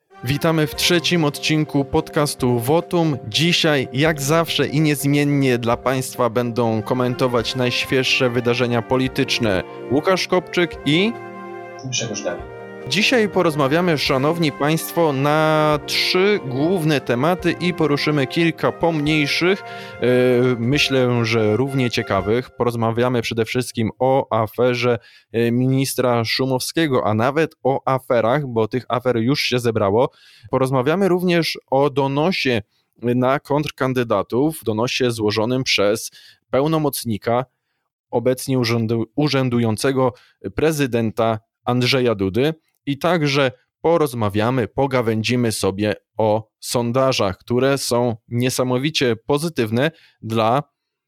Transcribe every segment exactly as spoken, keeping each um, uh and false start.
Witamy w trzecim odcinku podcastu Votum. Dzisiaj, jak zawsze i niezmiennie dla Państwa będą komentować najświeższe wydarzenia polityczne Łukasz Kopczyk i Grzegorz Dawid. Dzisiaj porozmawiamy, szanowni Państwo, na trzy główne tematy i poruszymy kilka pomniejszych, yy, myślę, że równie ciekawych. Porozmawiamy przede wszystkim o aferze ministra Szumowskiego, a nawet o aferach, bo tych afer już się zebrało. Porozmawiamy również o donosie na kontrkandydatów, donosie złożonym przez pełnomocnika obecnie urzędu, urzędującego prezydenta Andrzeja Dudy. I także porozmawiamy, pogawędzimy sobie o sondażach, które są niesamowicie pozytywne dla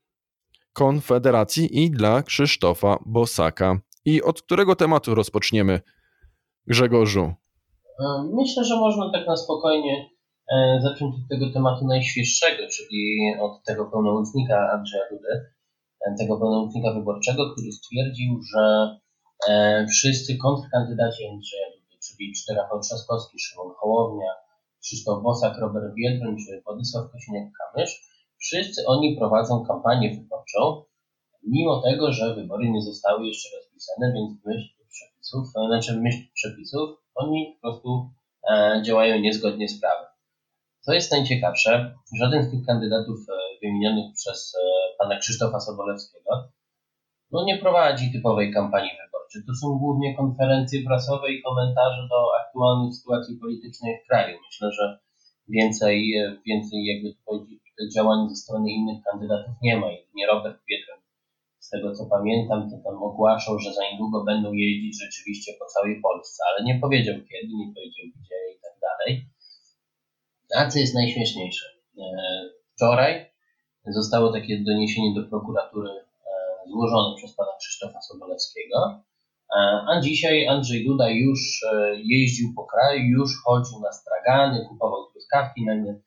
Konfederacji i dla Krzysztofa Bosaka. I od którego tematu rozpoczniemy, Grzegorzu? Myślę, że można tak na spokojnie zacząć od tego tematu najświeższego, czyli od tego pełnomocnika Andrzeja Dudy, tego pełnomocnika wyborczego, który stwierdził, że wszyscy kontrkandydaci Andrzeja Dudy, czyli czy Rafał Trzaskowski, Szymon Hołownia, Krzysztof Bosak, Robert Biedroń czy Władysław Kosiniak-Kamysz, wszyscy oni prowadzą kampanię wyborczą, mimo tego, że wybory nie zostały jeszcze rozpisane, więc w myśl przepisów, znaczy w myśl przepisów, oni po prostu e, działają niezgodnie z prawem. Co jest najciekawsze, żaden z tych kandydatów wymienionych przez e, pana Krzysztofa Sobolewskiego no nie prowadzi typowej kampanii wyborczej. To są głównie konferencje prasowe i komentarze do aktualnej sytuacji politycznej w kraju. Myślę, że więcej, więcej jakby to powiedzieć, działań ze strony innych kandydatów nie ma. Jedynie Robert Biedroń, z tego co pamiętam, to tam ogłaszał, że za niedługo będą jeździć rzeczywiście po całej Polsce, ale nie powiedział kiedy, nie powiedział gdzie i tak dalej. A co jest najśmieszniejsze? Wczoraj zostało takie doniesienie do prokuratury złożone przez pana Krzysztofa Sobolewskiego, a dzisiaj Andrzej Duda już jeździł po kraju, już chodził na stragany, kupował truskawki, nagle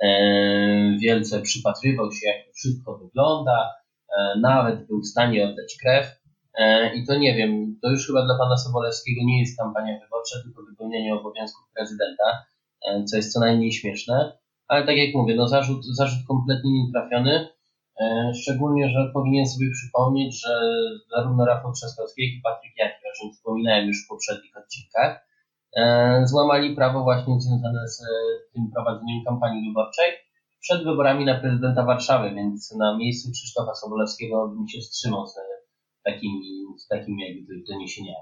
wielce przypatrywał się, jak to wszystko wygląda, nawet był w stanie oddać krew i to nie wiem, to już chyba dla pana Sobolewskiego nie jest kampania wyborcza, tylko wypełnienie obowiązków prezydenta, co jest co najmniej śmieszne, ale tak jak mówię, no zarzut, zarzut kompletnie nietrafiony. Szczególnie, że powinien sobie przypomnieć, że zarówno Rafał Trzaskowski, jak i Patryk Jaki, o czym wspominałem już w poprzednich odcinkach, złamali prawo właśnie związane z tym prowadzeniem kampanii wyborczej przed wyborami na prezydenta Warszawy, więc na miejscu Krzysztofa Sobolewskiego bym się wstrzymał z takimi, z takimi jakby doniesieniami.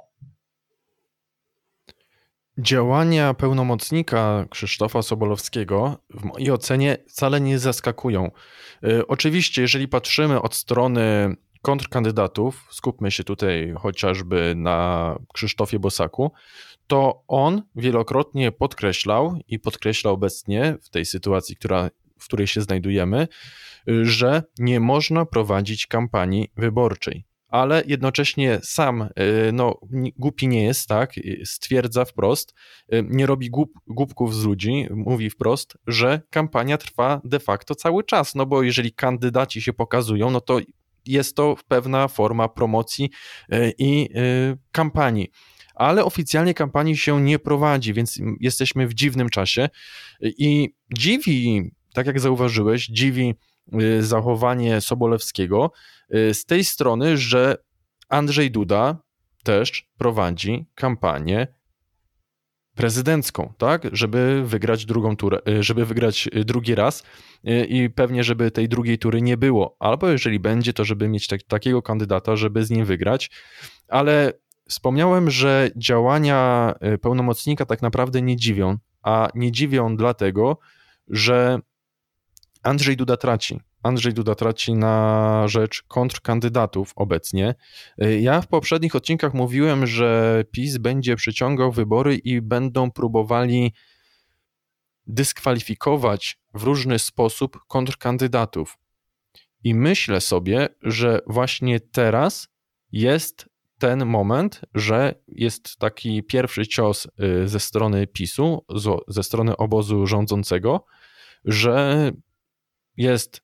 Działania pełnomocnika Krzysztofa Sobolewskiego w mojej ocenie wcale nie zaskakują. Oczywiście, jeżeli patrzymy od strony kontrkandydatów, skupmy się tutaj chociażby na Krzysztofie Bosaku, to on wielokrotnie podkreślał i podkreśla obecnie w tej sytuacji, która, w której się znajdujemy, że nie można prowadzić kampanii wyborczej. Ale jednocześnie sam, no głupi nie jest, tak, stwierdza wprost, nie robi głup, głupków z ludzi, mówi wprost, że kampania trwa de facto cały czas, no bo jeżeli kandydaci się pokazują, no to jest to pewna forma promocji i kampanii. Ale oficjalnie kampanii się nie prowadzi, więc jesteśmy w dziwnym czasie i dziwi, tak jak zauważyłeś, dziwi zachowanie Sobolewskiego z tej strony, że Andrzej Duda też prowadzi kampanię prezydencką, tak, żeby wygrać drugą turę, żeby wygrać drugi raz i pewnie, żeby tej drugiej tury nie było, albo jeżeli będzie, to żeby mieć tak, takiego kandydata, żeby z nim wygrać, ale wspomniałem, że działania pełnomocnika tak naprawdę nie dziwią, a nie dziwią dlatego, że Andrzej Duda traci. Andrzej Duda traci na rzecz kontrkandydatów obecnie. Ja w poprzednich odcinkach mówiłem, że PiS będzie przyciągał wybory i będą próbowali dyskwalifikować w różny sposób kontrkandydatów. I myślę sobie, że właśnie teraz jest ten moment, że jest taki pierwszy cios ze strony PiSu, ze strony obozu rządzącego, że jest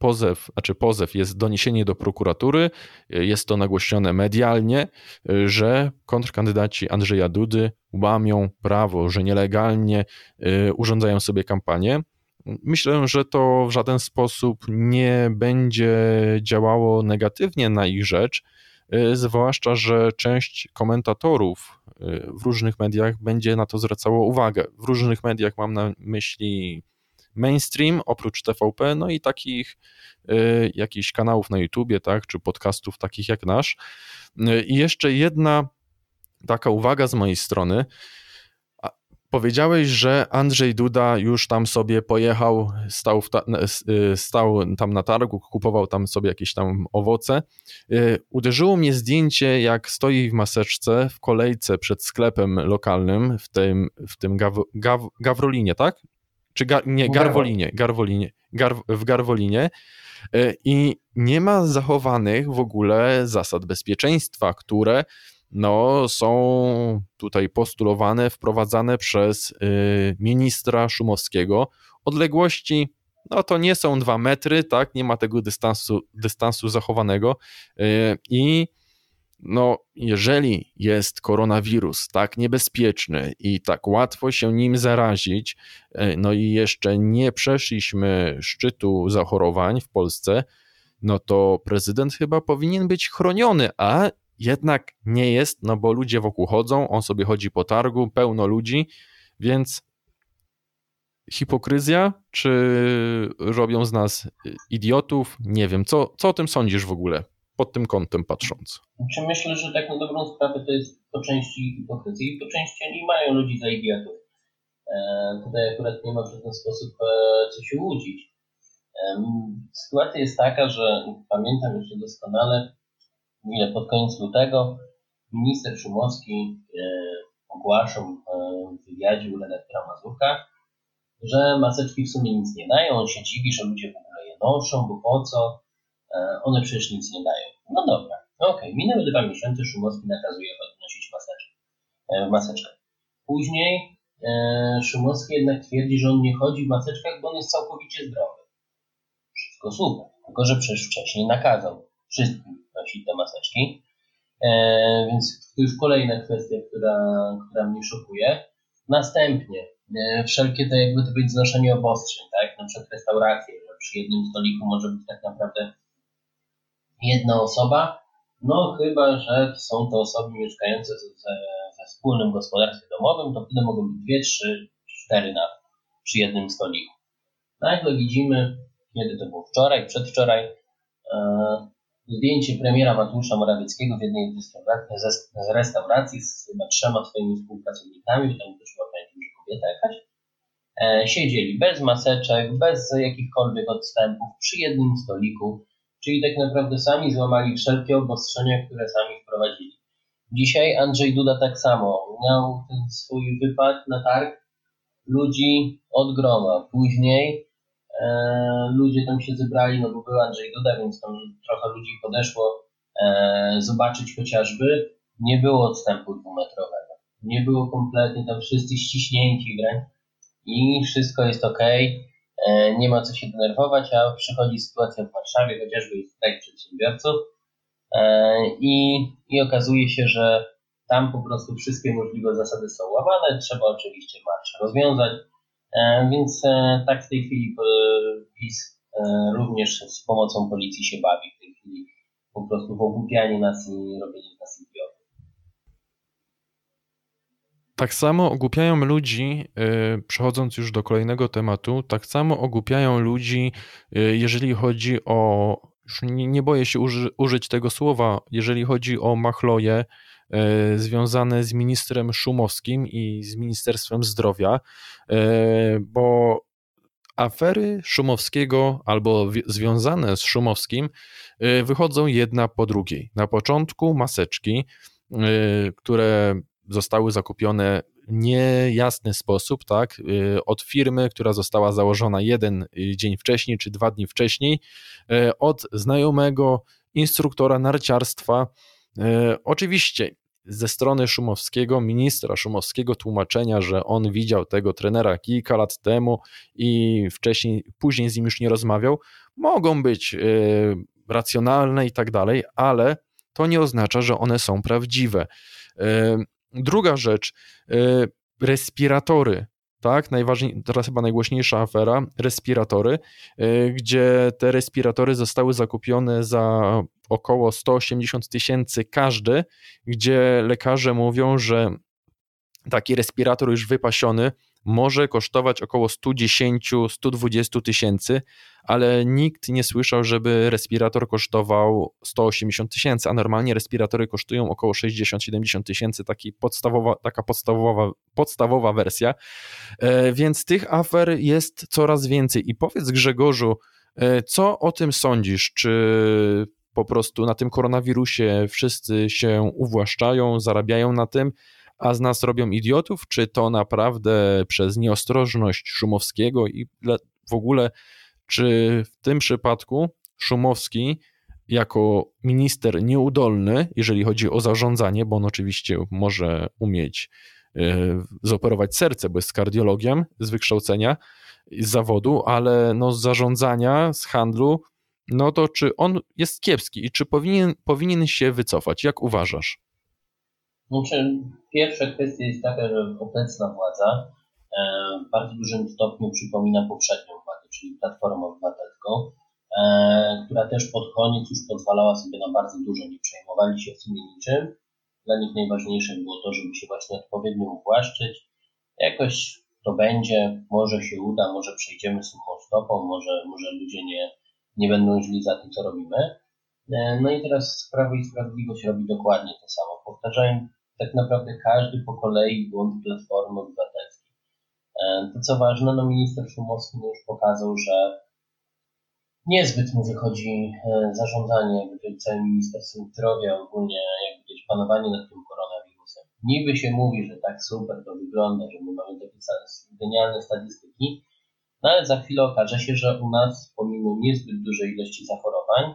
pozew, znaczy pozew, jest doniesienie do prokuratury, jest to nagłośnione medialnie, że kontrkandydaci Andrzeja Dudy łamią prawo, że nielegalnie urządzają sobie kampanię. Myślę, że to w żaden sposób nie będzie działało negatywnie na ich rzecz, zwłaszcza, że część komentatorów w różnych mediach będzie na to zwracało uwagę. W różnych mediach mam na myśli mainstream, oprócz T V P, no i takich y, jakichś kanałów na YouTubie, tak, czy podcastów takich jak nasz. Y, I jeszcze jedna taka uwaga z mojej strony. Powiedziałeś, że Andrzej Duda już tam sobie pojechał, stał, w ta, stał tam na targu, kupował tam sobie jakieś tam owoce. Uderzyło mnie zdjęcie, jak stoi w maseczce w kolejce przed sklepem lokalnym w tym, w tym Gaw, Gaw, Gawrolinie, tak? Czy ga, nie, Garwolinie, Garwolinie, Gar, w Garwolinie i nie ma zachowanych w ogóle zasad bezpieczeństwa, które no, są tutaj postulowane, wprowadzane przez y, ministra Szumowskiego. Odległości, no to nie są dwa metry, tak, nie ma tego dystansu, dystansu zachowanego y, i no, jeżeli jest koronawirus tak niebezpieczny i tak łatwo się nim zarazić, y, no i jeszcze nie przeszliśmy szczytu zachorowań w Polsce, no to prezydent chyba powinien być chroniony, a jednak nie jest, no bo ludzie wokół chodzą, on sobie chodzi po targu, pełno ludzi, więc hipokryzja, czy robią z nas idiotów? Nie wiem, co, co o tym sądzisz w ogóle, pod tym kątem patrząc? Czy myślę, że tak na dobrą sprawę to jest po części hipokryzja i po części oni mają ludzi za idiotów. E, tutaj akurat nie ma w żaden sposób e, co się łudzić. E, sytuacja jest taka, że pamiętam jeszcze doskonale, ile pod koniec lutego minister Szumowski e, ogłaszał e, w wywiadzie u redaktora Mazurka, że maseczki w sumie nic nie dają. On się dziwi, że ludzie w ogóle je noszą, bo po co? E, one przecież nic nie dają. No dobra, okej, okay. Minęły dwa miesiące, Szumowski nakazuje nosić maseczkę. E, maseczkę. Później e, Szumowski jednak twierdzi, że on nie chodzi w maseczkach, bo on jest całkowicie zdrowy. Wszystko super, tylko że przecież wcześniej nakazał wszystkim nosić te maseczki. E, więc to już kolejna kwestia, która, która mnie szokuje. Następnie e, wszelkie to jakby to być znoszenie obostrzeń, tak? Na przykład restauracje, że przy jednym stoliku może być tak naprawdę jedna osoba, no chyba, że są to osoby mieszkające ze, ze, ze wspólnym gospodarstwie domowym, to wtedy mogą być dwie, trzy, cztery na, przy jednym stoliku. Nagle widzimy, kiedy to było wczoraj, przedwczoraj, e, zdjęcie premiera Mateusza Morawieckiego w jednej z restauracji z chyba trzema swoimi współpracownikami, tam też była jakaś kobieta jakaś, e, siedzieli bez maseczek, bez jakichkolwiek odstępów, przy jednym stoliku, czyli tak naprawdę sami złamali wszelkie obostrzenia, które sami wprowadzili. Dzisiaj Andrzej Duda tak samo miał ten swój wypad na targ, ludzi od groma. Później e, ludzie tam się zebrali, no bo był Andrzej Duda, więc tam trochę ludzi podeszło e, zobaczyć chociażby. Nie było odstępu dwumetrowego. Nie było kompletnie, tam wszyscy ściśnięci wręcz i wszystko jest okej. E, nie ma co się denerwować, a przychodzi sytuacja w Warszawie, chociażby jest strajk przedsiębiorców e, i, i okazuje się, że tam po prostu wszystkie możliwe zasady są łamane, trzeba oczywiście marsz rozwiązać, e, więc e, tak w tej chwili e, PiS e, również z pomocą policji się bawi w tej chwili, po prostu w ogłupianie nas i robienie z nas idiotów. Tak samo ogłupiają ludzi, przechodząc już do kolejnego tematu, tak samo ogłupiają ludzi, jeżeli chodzi o, już nie, nie boję się uży, użyć tego słowa, jeżeli chodzi o machloje związane z ministrem Szumowskim i z Ministerstwem Zdrowia, bo afery Szumowskiego albo związane z Szumowskim wychodzą jedna po drugiej. Na początku maseczki, które zostały zakupione w niejasny sposób, tak, od firmy, która została założona jeden dzień wcześniej, czy dwa dni wcześniej, od znajomego instruktora narciarstwa. Oczywiście ze strony Szumowskiego, ministra Szumowskiego tłumaczenia, że on widział tego trenera kilka lat temu i wcześniej, później z nim już nie rozmawiał, mogą być yy, racjonalne i tak dalej, ale to nie oznacza, że one są prawdziwe. Yy, druga rzecz, yy, respiratory. Tak, najważniejsza, teraz chyba najgłośniejsza afera, respiratory, yy, gdzie te respiratory zostały zakupione za około sto osiemdziesiąt tysięcy każdy, gdzie lekarze mówią, że taki respirator już wypasiony może kosztować około sto dziesięć do stu dwudziestu tysięcy, ale nikt nie słyszał, żeby respirator kosztował sto osiemdziesiąt tysięcy, a normalnie respiratory kosztują około sześćdziesiąt do siedemdziesięciu tysięcy, taki podstawowa, taka podstawowa, podstawowa wersja, e, więc tych afer jest coraz więcej. I powiedz, Grzegorzu, e, co o tym sądzisz? Czy po prostu na tym koronawirusie wszyscy się uwłaszczają, zarabiają na tym, a z nas robią idiotów, czy to naprawdę przez nieostrożność Szumowskiego i w ogóle, czy w tym przypadku Szumowski jako minister nieudolny, jeżeli chodzi o zarządzanie, bo on oczywiście może umieć y, zoperować serce, bo jest kardiologiem z wykształcenia, z zawodu, ale no z zarządzania, z handlu, no to czy on jest kiepski i czy powinien, powinien się wycofać? Jak uważasz? Znaczy, pierwsza kwestia jest taka, że obecna władza e, w bardzo dużym stopniu przypomina poprzednią władzę, czyli Platformę Obywatelską, e, która też pod koniec już pozwalała sobie na bardzo dużo, nie przejmowali się w sumie niczym. Dla nich najważniejsze było to, żeby się właśnie odpowiednio uwłaszczyć. Jakoś to będzie, może się uda, może przejdziemy suchą stopą, może, może ludzie nie, nie będą źli za tym, co robimy. E, no i teraz Prawo i Sprawiedliwość robi dokładnie to samo. Powtarzają tak naprawdę każdy po kolei błąd Platformy Obywatelskiej. To co ważne, no minister Szumowski już pokazał, że niezbyt mu wychodzi zarządzanie jakby całym Ministerstwem Zdrowia, ogólnie jakby też panowanie nad tym koronawirusem. Niby się mówi, że tak super to wygląda, że my mamy takie genialne statystyki, no ale za chwilę okaże się, że u nas pomimo niezbyt dużej ilości zachorowań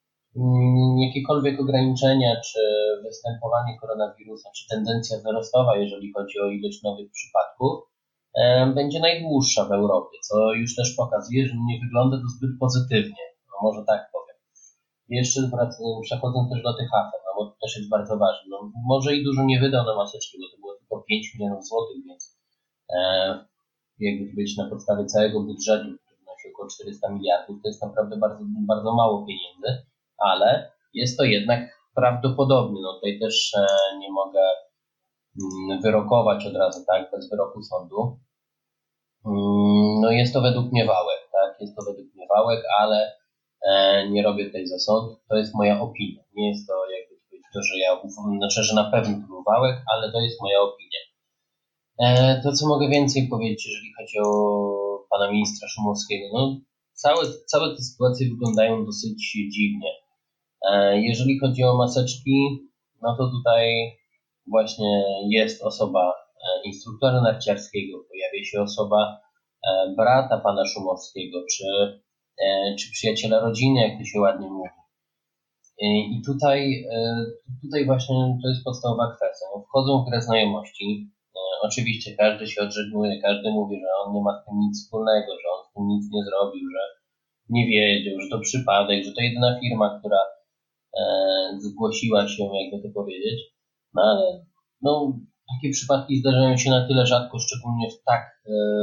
jakiekolwiek ograniczenia, czy występowanie koronawirusa, czy tendencja wzrostowa, jeżeli chodzi o ilość nowych przypadków, będzie najdłuższa w Europie, co już też pokazuje, że nie wygląda to zbyt pozytywnie, no może tak powiem. Jeszcze przechodząc też do tych afer, no bo to też jest bardzo ważne. No, może i dużo nie wydał na maseczki, bo to było tylko pięć milionów złotych, więc e, jakby być na podstawie całego budżetu, który wynosi około czterysta miliardów, to jest naprawdę bardzo, bardzo mało pieniędzy, ale jest to jednak prawdopodobne. No tutaj też e, nie mogę mm, wyrokować od razu, tak, bez wyroku sądu. Mm, no jest to według mnie wałek, tak, jest to według mnie wałek, ale e, nie robię tutaj za sąd. To jest moja opinia. Nie jest to jakby to, że ja ufam, znaczy, że na pewno to był wałek, ale to jest moja opinia. E, to, co mogę więcej powiedzieć, jeżeli chodzi o pana ministra Szumowskiego, no całe, całe te sytuacje wyglądają dosyć dziwnie. Jeżeli chodzi o maseczki, no to tutaj właśnie jest osoba instruktora narciarskiego, pojawia się osoba brata pana Szumowskiego, czy, czy przyjaciela rodziny, jak to się ładnie mówi. I tutaj, tutaj właśnie to jest podstawowa kwestia. No, wchodzą w grę znajomości. Oczywiście każdy się odżegnuje, każdy mówi, że on nie ma z tym nic wspólnego, że on z tym nic nie zrobił, że nie wiedział, że to przypadek, że to jedyna firma, która zgłosiła się, jakby to powiedzieć, no ale no, takie przypadki zdarzają się na tyle rzadko, szczególnie w tak,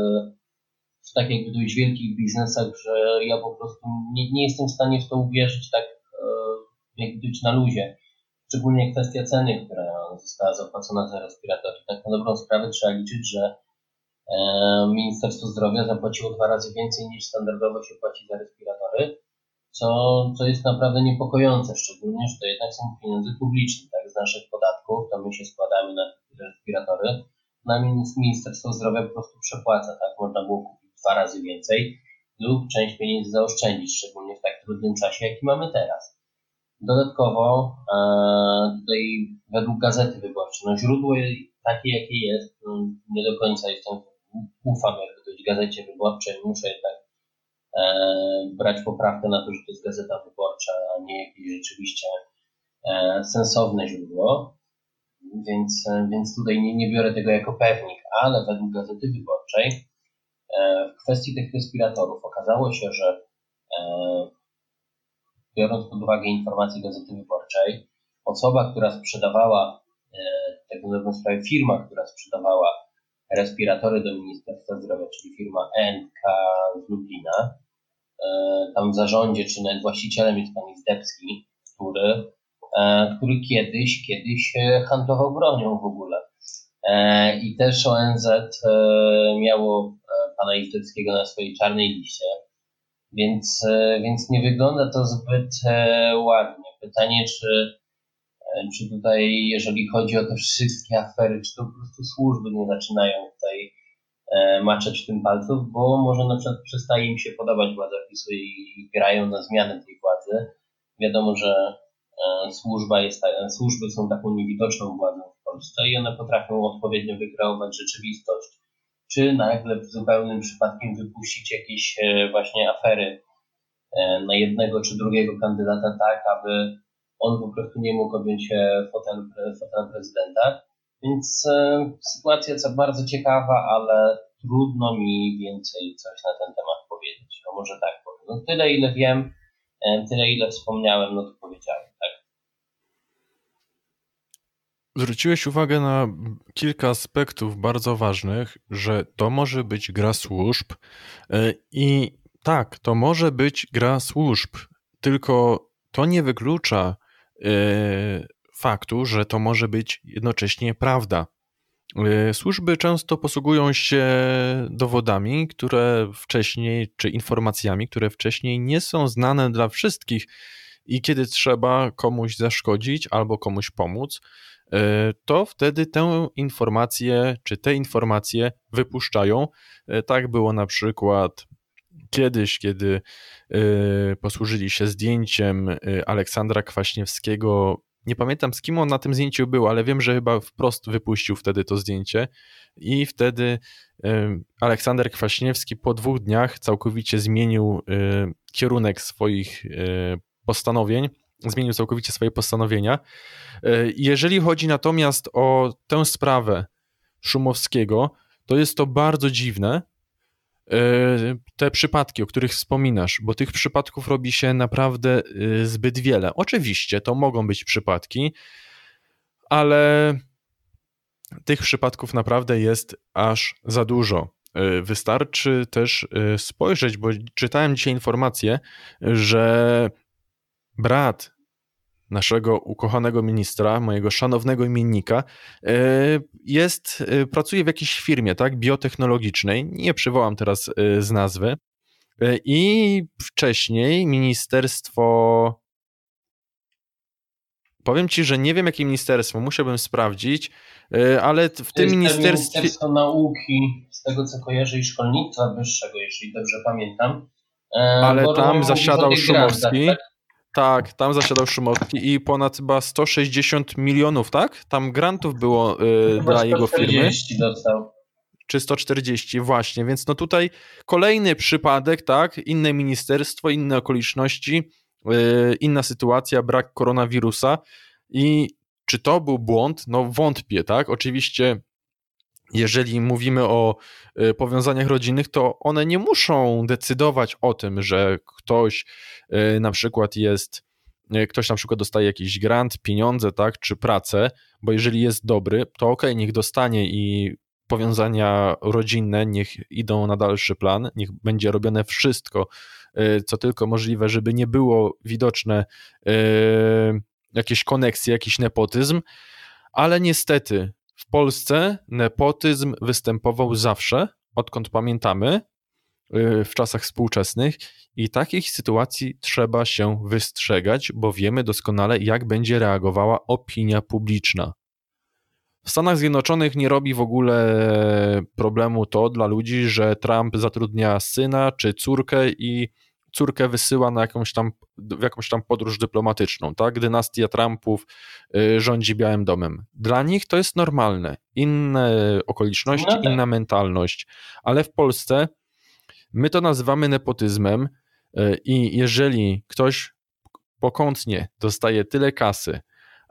w tak jakby dość wielkich biznesach, że ja po prostu nie, nie jestem w stanie w to uwierzyć tak jakby być na luzie. Szczególnie kwestia ceny, która została zapłacona za respiratory. Tak na dobrą sprawę trzeba liczyć, że Ministerstwo Zdrowia zapłaciło dwa razy więcej niż standardowo się płaci za respiratory, co, co jest naprawdę niepokojące, szczególnie, że to jednak są pieniądze publiczne, tak, z naszych podatków, to my się składamy na te respiratory, na Ministerstwo Zdrowia po prostu przepłaca, tak, można było kupić dwa razy więcej lub część pieniędzy zaoszczędzić, szczególnie w tak trudnym czasie, jaki mamy teraz. Dodatkowo e, tutaj według Gazety Wyborczej, no źródło takie, jakie jest, no, nie do końca jestem, ufam jakby dość Gazecie Wyborczej, muszę jednak brać poprawkę na to, że to jest Gazeta Wyborcza, a nie jakieś rzeczywiście e, sensowne źródło. więc, więc tutaj nie, nie biorę tego jako pewnik, ale według Gazety Wyborczej w kwestii tych respiratorów okazało się, że biorąc pod uwagę informacje Gazety Wyborczej, osoba, która sprzedawała, tak na sprawę firma, która sprzedawała respiratory do Ministerstwa Zdrowia, czyli firma N K z Lublina, tam w zarządzie, czy nawet właścicielem jest pan Izdebski, który, który kiedyś, kiedyś handlował bronią w ogóle. I też O N Z miało pana Izdebskiego na swojej czarnej liście, więc, więc nie wygląda to zbyt ładnie. Pytanie, czy, czy tutaj, jeżeli chodzi o te wszystkie afery, czy to po prostu służby nie zaczynają tutaj maczać w tym palców, bo może na przykład przestaje im się podobać władza PiSu i grają na zmianę tej władzy. Wiadomo, że służba jest, służby są taką niewidoczną władzą w Polsce i one potrafią odpowiednio wykreować rzeczywistość. Czy nagle zupełnym przypadkiem wypuścić jakieś właśnie afery na jednego czy drugiego kandydata tak, aby on po prostu nie mógł objąć fotel, fotela prezydenta. Więc e, sytuacja co bardzo ciekawa, ale trudno mi więcej coś na ten temat powiedzieć. No może tak powiem. No tyle ile wiem, e, tyle ile wspomniałem, no to powiedziałem, tak? Zwróciłeś uwagę na kilka aspektów bardzo ważnych, że to może być gra służb i tak, to może być gra służb, tylko to nie wyklucza faktu, że to może być jednocześnie prawda. Służby często posługują się dowodami, które wcześniej, czy informacjami, które wcześniej nie są znane dla wszystkich i kiedy trzeba komuś zaszkodzić albo komuś pomóc, to wtedy tę informację, czy te informacje wypuszczają. Tak było na przykład kiedyś, kiedy posłużyli się zdjęciem Aleksandra Kwaśniewskiego. Nie pamiętam, z kim on na tym zdjęciu był, ale wiem, że chyba wprost wypuścił wtedy to zdjęcie i wtedy Aleksander Kwaśniewski po dwóch dniach całkowicie zmienił kierunek swoich postanowień, zmienił całkowicie swoje postanowienia. Jeżeli chodzi natomiast o tę sprawę Szumowskiego, to jest to bardzo dziwne, te przypadki, o których wspominasz, bo tych przypadków robi się naprawdę zbyt wiele. Oczywiście to mogą być przypadki, ale tych przypadków naprawdę jest aż za dużo. Wystarczy też spojrzeć, bo czytałem dzisiaj informację, że brat naszego ukochanego ministra, mojego szanownego imiennika, jest, pracuje w jakiejś firmie, tak, biotechnologicznej, nie przywołam teraz z nazwy, i wcześniej ministerstwo, powiem ci, że nie wiem jakie ministerstwo, musiałbym sprawdzić, ale w tym ministerstwie... Ministerstwo Nauki, z tego co kojarzę, i Szkolnictwa Wyższego, jeśli dobrze pamiętam. Ale tam zasiadał Szumowski. Tak? Tak, tam zasiadał Szumowski i ponad chyba sto sześćdziesiąt milionów, tak? Tam grantów było y, dla jego firmy. sto czterdzieści dostał. Czy sto czterdzieści, właśnie. Więc no tutaj kolejny przypadek, tak? Inne ministerstwo, inne okoliczności, y, inna sytuacja, brak koronawirusa. I czy to był błąd? No wątpię, tak? Oczywiście jeżeli mówimy o powiązaniach rodzinnych, to one nie muszą decydować o tym, że ktoś na przykład jest, ktoś na przykład dostaje jakiś grant, pieniądze, tak, czy pracę, bo jeżeli jest dobry, to okej, okay, niech dostanie i powiązania rodzinne niech idą na dalszy plan, niech będzie robione wszystko, co tylko możliwe, żeby nie było widoczne jakieś koneksje, jakiś nepotyzm, ale niestety w Polsce nepotyzm występował zawsze, odkąd pamiętamy, w czasach współczesnych i takich sytuacji trzeba się wystrzegać, bo wiemy doskonale, jak będzie reagowała opinia publiczna. W Stanach Zjednoczonych nie robi w ogóle problemu to dla ludzi, że Trump zatrudnia syna czy córkę i córkę wysyła na jakąś tam, w jakąś tam podróż dyplomatyczną, tak? Dynastia Trumpów y, rządzi Białym Domem. Dla nich to jest normalne. Inne okoliczności, no tak. Inna mentalność. Ale w Polsce my to nazywamy nepotyzmem y, i jeżeli ktoś pokątnie dostaje tyle kasy,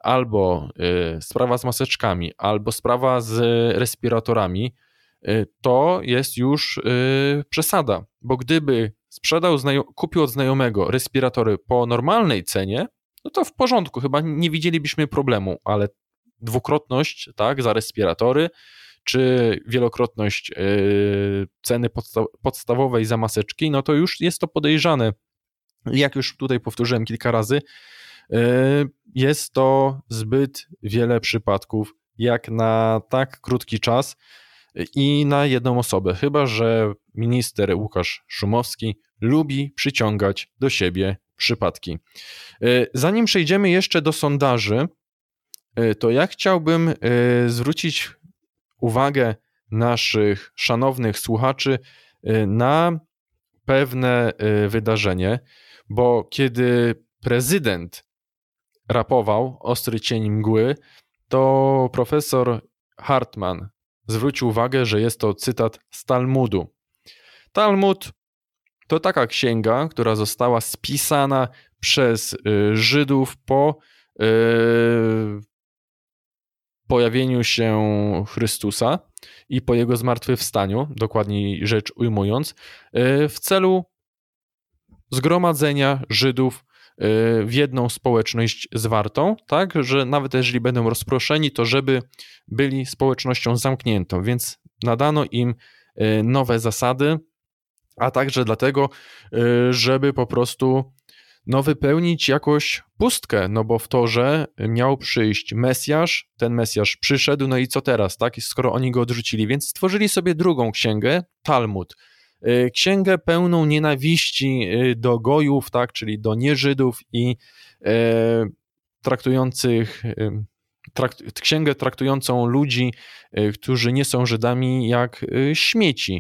albo y, sprawa z maseczkami, albo sprawa z respiratorami, y, to jest już y, przesada, bo gdyby sprzedał, znajo- kupił od znajomego respiratory po normalnej cenie, no to w porządku, chyba nie widzielibyśmy problemu, ale dwukrotność, tak, za respiratory, czy wielokrotność yy, ceny podsta- podstawowej za maseczki, no to już jest to podejrzane. Jak już tutaj powtórzyłem kilka razy, yy, jest to zbyt wiele przypadków, jak na tak krótki czas i na jedną osobę, chyba że minister Łukasz Szumowski lubi przyciągać do siebie przypadki. Yy, zanim przejdziemy jeszcze do sondaży, yy, to ja chciałbym yy, zwrócić uwagę naszych szanownych słuchaczy na pewne wydarzenie, bo kiedy prezydent rapował Ostry cień mgły, to profesor Hartman zwrócił uwagę, że jest to cytat z Talmudu. Talmud to taka księga, która została spisana przez Żydów po pojawieniu się Chrystusa i po jego zmartwychwstaniu, dokładniej rzecz ujmując, w celu zgromadzenia Żydów w jedną społeczność zwartą, tak, że nawet jeżeli będą rozproszeni, to żeby byli społecznością zamkniętą, więc nadano im nowe zasady, a także dlatego, żeby po prostu no wypełnić jakoś pustkę, no bo w Torze miał przyjść Mesjasz, ten Mesjasz przyszedł, no i co teraz, tak, skoro oni go odrzucili, więc stworzyli sobie drugą księgę, Talmud, księgę pełną nienawiści do gojów, tak, czyli do nieżydów i e, traktujących, trakt, księgę traktującą ludzi, którzy nie są Żydami, jak śmieci.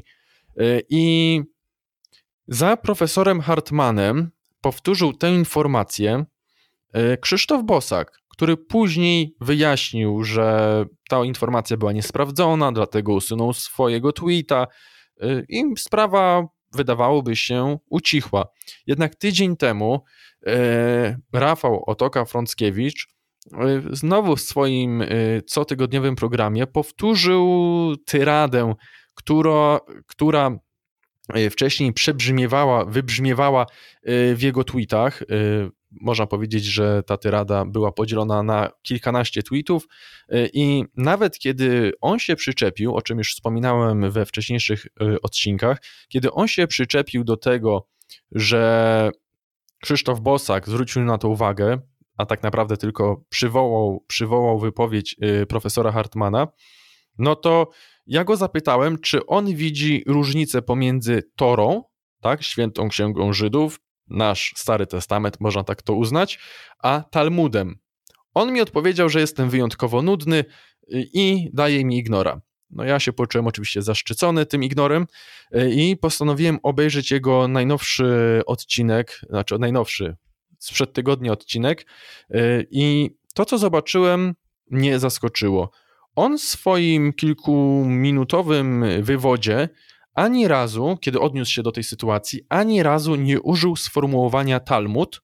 I za profesorem Hartmanem powtórzył tę informację Krzysztof Bosak, który później wyjaśnił, że ta informacja była niesprawdzona, dlatego usunął swojego tweeta i sprawa, wydawałoby się, ucichła. Jednak tydzień temu Rafał Otoka-Frąckiewicz znowu w swoim cotygodniowym programie powtórzył tyradę, która, która wcześniej przebrzmiewała, wybrzmiewała w jego tweetach. Można powiedzieć, że ta tyrada była podzielona na kilkanaście tweetów i nawet kiedy on się przyczepił, o czym już wspominałem we wcześniejszych odcinkach, kiedy on się przyczepił do tego, że Krzysztof Bosak zwrócił na to uwagę, a tak naprawdę tylko przywołał, przywołał wypowiedź profesora Hartmana, no to ja go zapytałem, czy on widzi różnicę pomiędzy Torą, tak, świętą księgą Żydów, nasz Stary Testament, można tak to uznać, a Talmudem. On mi odpowiedział, że jestem wyjątkowo nudny i daje mi ignora. No ja się poczułem oczywiście zaszczycony tym ignorem i postanowiłem obejrzeć jego najnowszy odcinek, znaczy najnowszy, sprzed tygodnia odcinek i to, co zobaczyłem, mnie zaskoczyło. On w swoim kilkuminutowym wywodzie ani razu, kiedy odniósł się do tej sytuacji, ani razu nie użył sformułowania Talmud,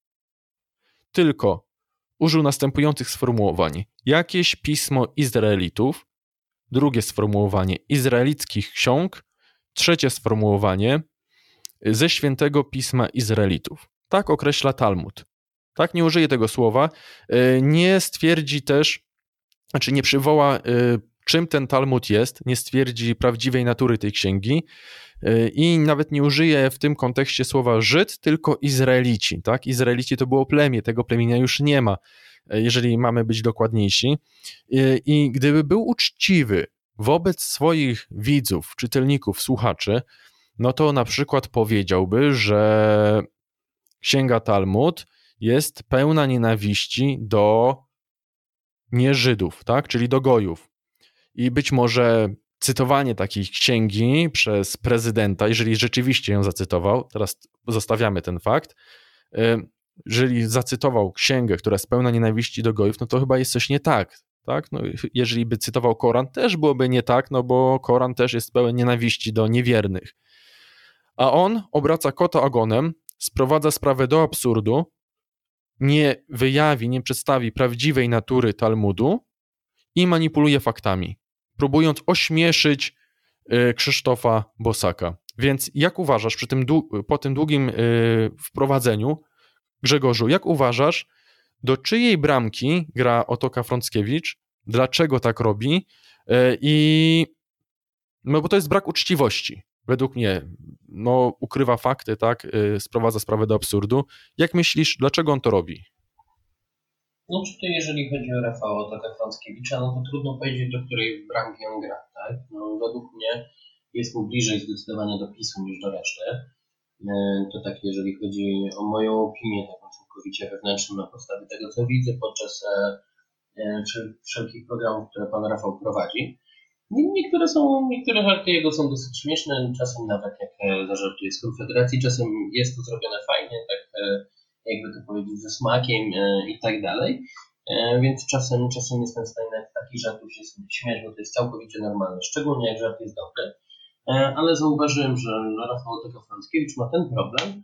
tylko użył następujących sformułowań. Jakieś pismo Izraelitów, drugie sformułowanie izraelickich ksiąg, trzecie sformułowanie ze świętego pisma Izraelitów. Tak określa Talmud. Tak, nie użyje tego słowa. Nie stwierdzi też, znaczy nie przywoła, czym ten Talmud jest, nie stwierdzi prawdziwej natury tej księgi i nawet nie użyje w tym kontekście słowa Żyd, tylko Izraelici. Tak? Izraelici to było plemię, tego plemienia już nie ma, jeżeli mamy być dokładniejsi. I gdyby był uczciwy wobec swoich widzów, czytelników, słuchaczy, no to na przykład powiedziałby, że księga Talmud jest pełna nienawiści do nie-Żydów, tak? Czyli do gojów. I być może cytowanie takiej księgi przez prezydenta, jeżeli rzeczywiście ją zacytował, teraz zostawiamy ten fakt, jeżeli zacytował księgę, która jest pełna nienawiści do gojów, no to chyba jest coś nie tak. Tak? No, jeżeli by cytował Koran, też byłoby nie tak, no bo Koran też jest pełen nienawiści do niewiernych. A on obraca kota ogonem, sprowadza sprawę do absurdu nie wyjawi, nie przedstawi prawdziwej natury Talmudu i manipuluje faktami, próbując ośmieszyć Krzysztofa Bosaka. Więc jak uważasz, przy tym, po tym długim wprowadzeniu, Grzegorzu, jak uważasz, do czyjej bramki gra Otoka Frąckiewicz, dlaczego tak robi i no bo to jest brak uczciwości, według mnie, no ukrywa fakty, tak, sprowadza sprawę do absurdu. Jak myślisz, dlaczego on to robi? No czy to jeżeli chodzi o Rafała Otoka Frąckiewicza, no to trudno powiedzieć, do której bramki on gra, tak? No według mnie jest mu bliżej zdecydowanie do PiSu niż do reszty. To tak, jeżeli chodzi o moją opinię, taką całkowicie wewnętrzną na podstawie tego, co widzę podczas wszelkich programów, które pan Rafał prowadzi. Niektóre są, niektóre żarty jego są dosyć śmieszne, czasem nawet jak zażartuje z Konfederacji, czasem jest to zrobione fajnie, tak jakby to powiedzieć, ze smakiem i tak dalej. Więc czasem, czasem jestem w stanie nawet takich żartów się śmiać, bo to jest całkowicie normalne, szczególnie jak żart jest dobry. Ale zauważyłem, że Rafał Otoka Frąckiewicz ma ten problem,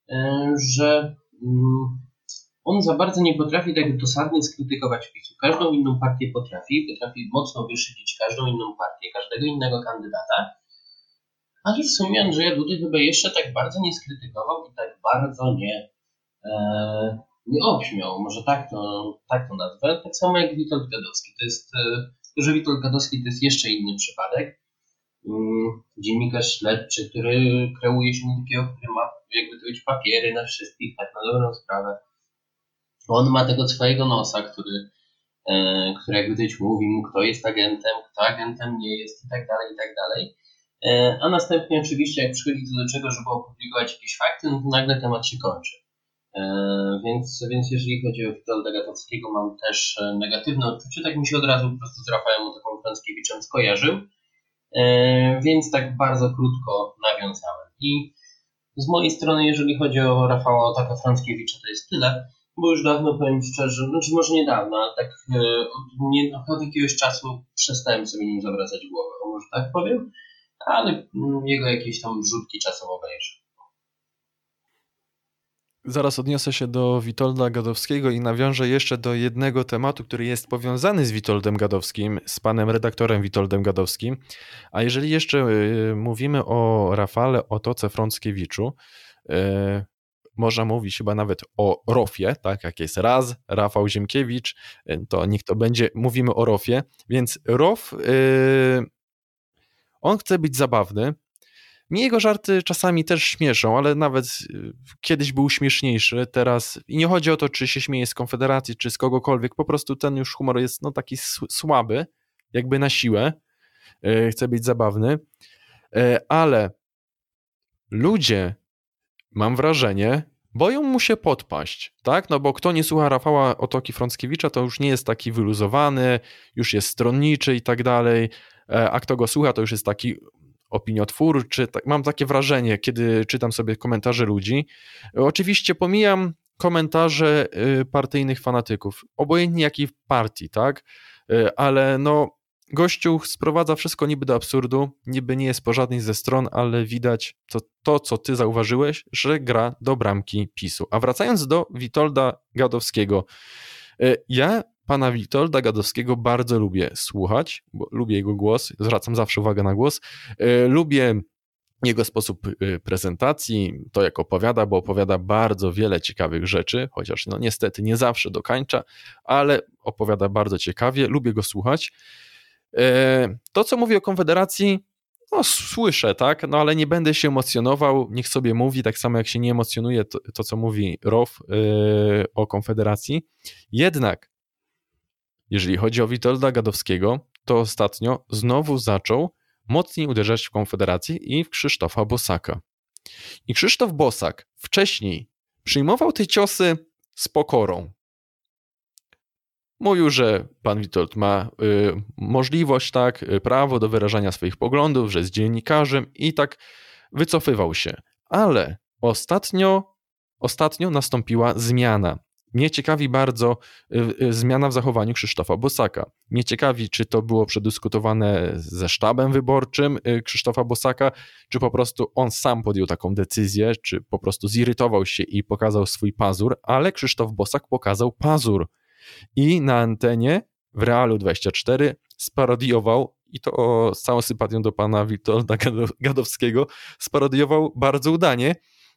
że on za bardzo nie potrafi tak dosadnie skrytykować PiSu. Każdą inną partię potrafi, potrafi mocno wyszydzić każdą inną partię, każdego innego kandydata, ale w sumie Andrzeja Dudy chyba jeszcze tak bardzo nie skrytykował i tak bardzo nie, e, nie obśmiał. Może tak to, tak to nazwę. Tak samo jak Witold Gadowski. To jest, to, że Witold Gadowski to jest jeszcze inny przypadek. Dziennikarz śledczy, który kreuje się takiego, który ma jakby to być papiery na wszystkich, tak na dobrą sprawę. On ma tego swojego nosa, który, e, który jakby to być mówi mu, kto jest agentem, kto agentem nie jest i tak dalej, i tak dalej. E, a następnie oczywiście jak przychodzi to do czego, żeby opublikować jakieś fakty, no to nagle temat się kończy. E, więc, więc jeżeli chodzi o Witolda Gadowskiego, mam też negatywne odczucie, tak mi się od razu po prostu z Rafałem Otoką Frąckiewiczem skojarzył. E, więc tak bardzo krótko nawiązałem. I z mojej strony, jeżeli chodzi o Rafała Otoka Frąckiewicza, to jest tyle, bo już dawno, powiem szczerze, znaczy może niedawno, ale tak e, od, nie, od jakiegoś czasu przestałem sobie nim zawracać głowę, może tak powiem, ale m, jego jakieś tam wrzutki czasem obejrzę. Zaraz odniosę się do Witolda Gadowskiego i nawiążę jeszcze do jednego tematu, który jest powiązany z Witoldem Gadowskim, z panem redaktorem Witoldem Gadowskim. A jeżeli jeszcze y, mówimy o Rafale Otoce Frąckiewiczu, y, można mówić chyba nawet o Rofie, tak jak jest raz, Rafał Ziemkiewicz, y, to niech to będzie, mówimy o Rofie, więc Rof, y, on chce być zabawny. Mnie jego żarty czasami też śmieszą, ale nawet kiedyś był śmieszniejszy, teraz i nie chodzi o to, czy się śmieje z Konfederacji, czy z kogokolwiek, po prostu ten już humor jest no taki słaby, jakby na siłę, chce być zabawny, ale ludzie, mam wrażenie, boją mu się podpaść, tak? No bo kto nie słucha Rafała Otoki Frąckiewicza, to już nie jest taki wyluzowany, już jest stronniczy i tak dalej, a kto go słucha, to już jest taki opiniotwórczy, tak, mam takie wrażenie, kiedy czytam sobie komentarze ludzi. Oczywiście pomijam komentarze partyjnych fanatyków, obojętnie jakiej partii, tak, ale no gościu sprowadza wszystko niby do absurdu, niby nie jest po żadnej ze stron, ale widać to, to, co ty zauważyłeś, że gra do bramki PiSu. A wracając do Witolda Gadowskiego, ja pana Witolda Gadowskiego bardzo lubię słuchać, bo lubię jego głos, zwracam zawsze uwagę na głos, lubię jego sposób prezentacji, to jak opowiada, bo opowiada bardzo wiele ciekawych rzeczy, chociaż no niestety nie zawsze dokańcza, ale opowiada bardzo ciekawie, lubię go słuchać. To, co mówi o Konfederacji, no słyszę, tak, no ale nie będę się emocjonował, niech sobie mówi, tak samo jak się nie emocjonuje to, to co mówi Rof yy, o Konfederacji. Jednak, jeżeli chodzi o Witolda Gadowskiego, to ostatnio znowu zaczął mocniej uderzać w Konfederację i w Krzysztofa Bosaka. I Krzysztof Bosak wcześniej przyjmował te ciosy z pokorą. Mówił, że pan Witold ma y, możliwość, tak, prawo do wyrażania swoich poglądów, że jest dziennikarzem i tak wycofywał się. Ale ostatnio, ostatnio nastąpiła zmiana mnie ciekawi bardzo y, y, zmiana w zachowaniu Krzysztofa Bosaka. Mnie ciekawi, czy to było przedyskutowane ze sztabem wyborczym y, Krzysztofa Bosaka, czy po prostu on sam podjął taką decyzję, czy po prostu zirytował się i pokazał swój pazur, ale Krzysztof Bosak pokazał pazur i na antenie w Realu dwadzieścia cztery sparodiował, i to z całą sympatią do pana Witolda Gadowskiego, sparodiował bardzo udanie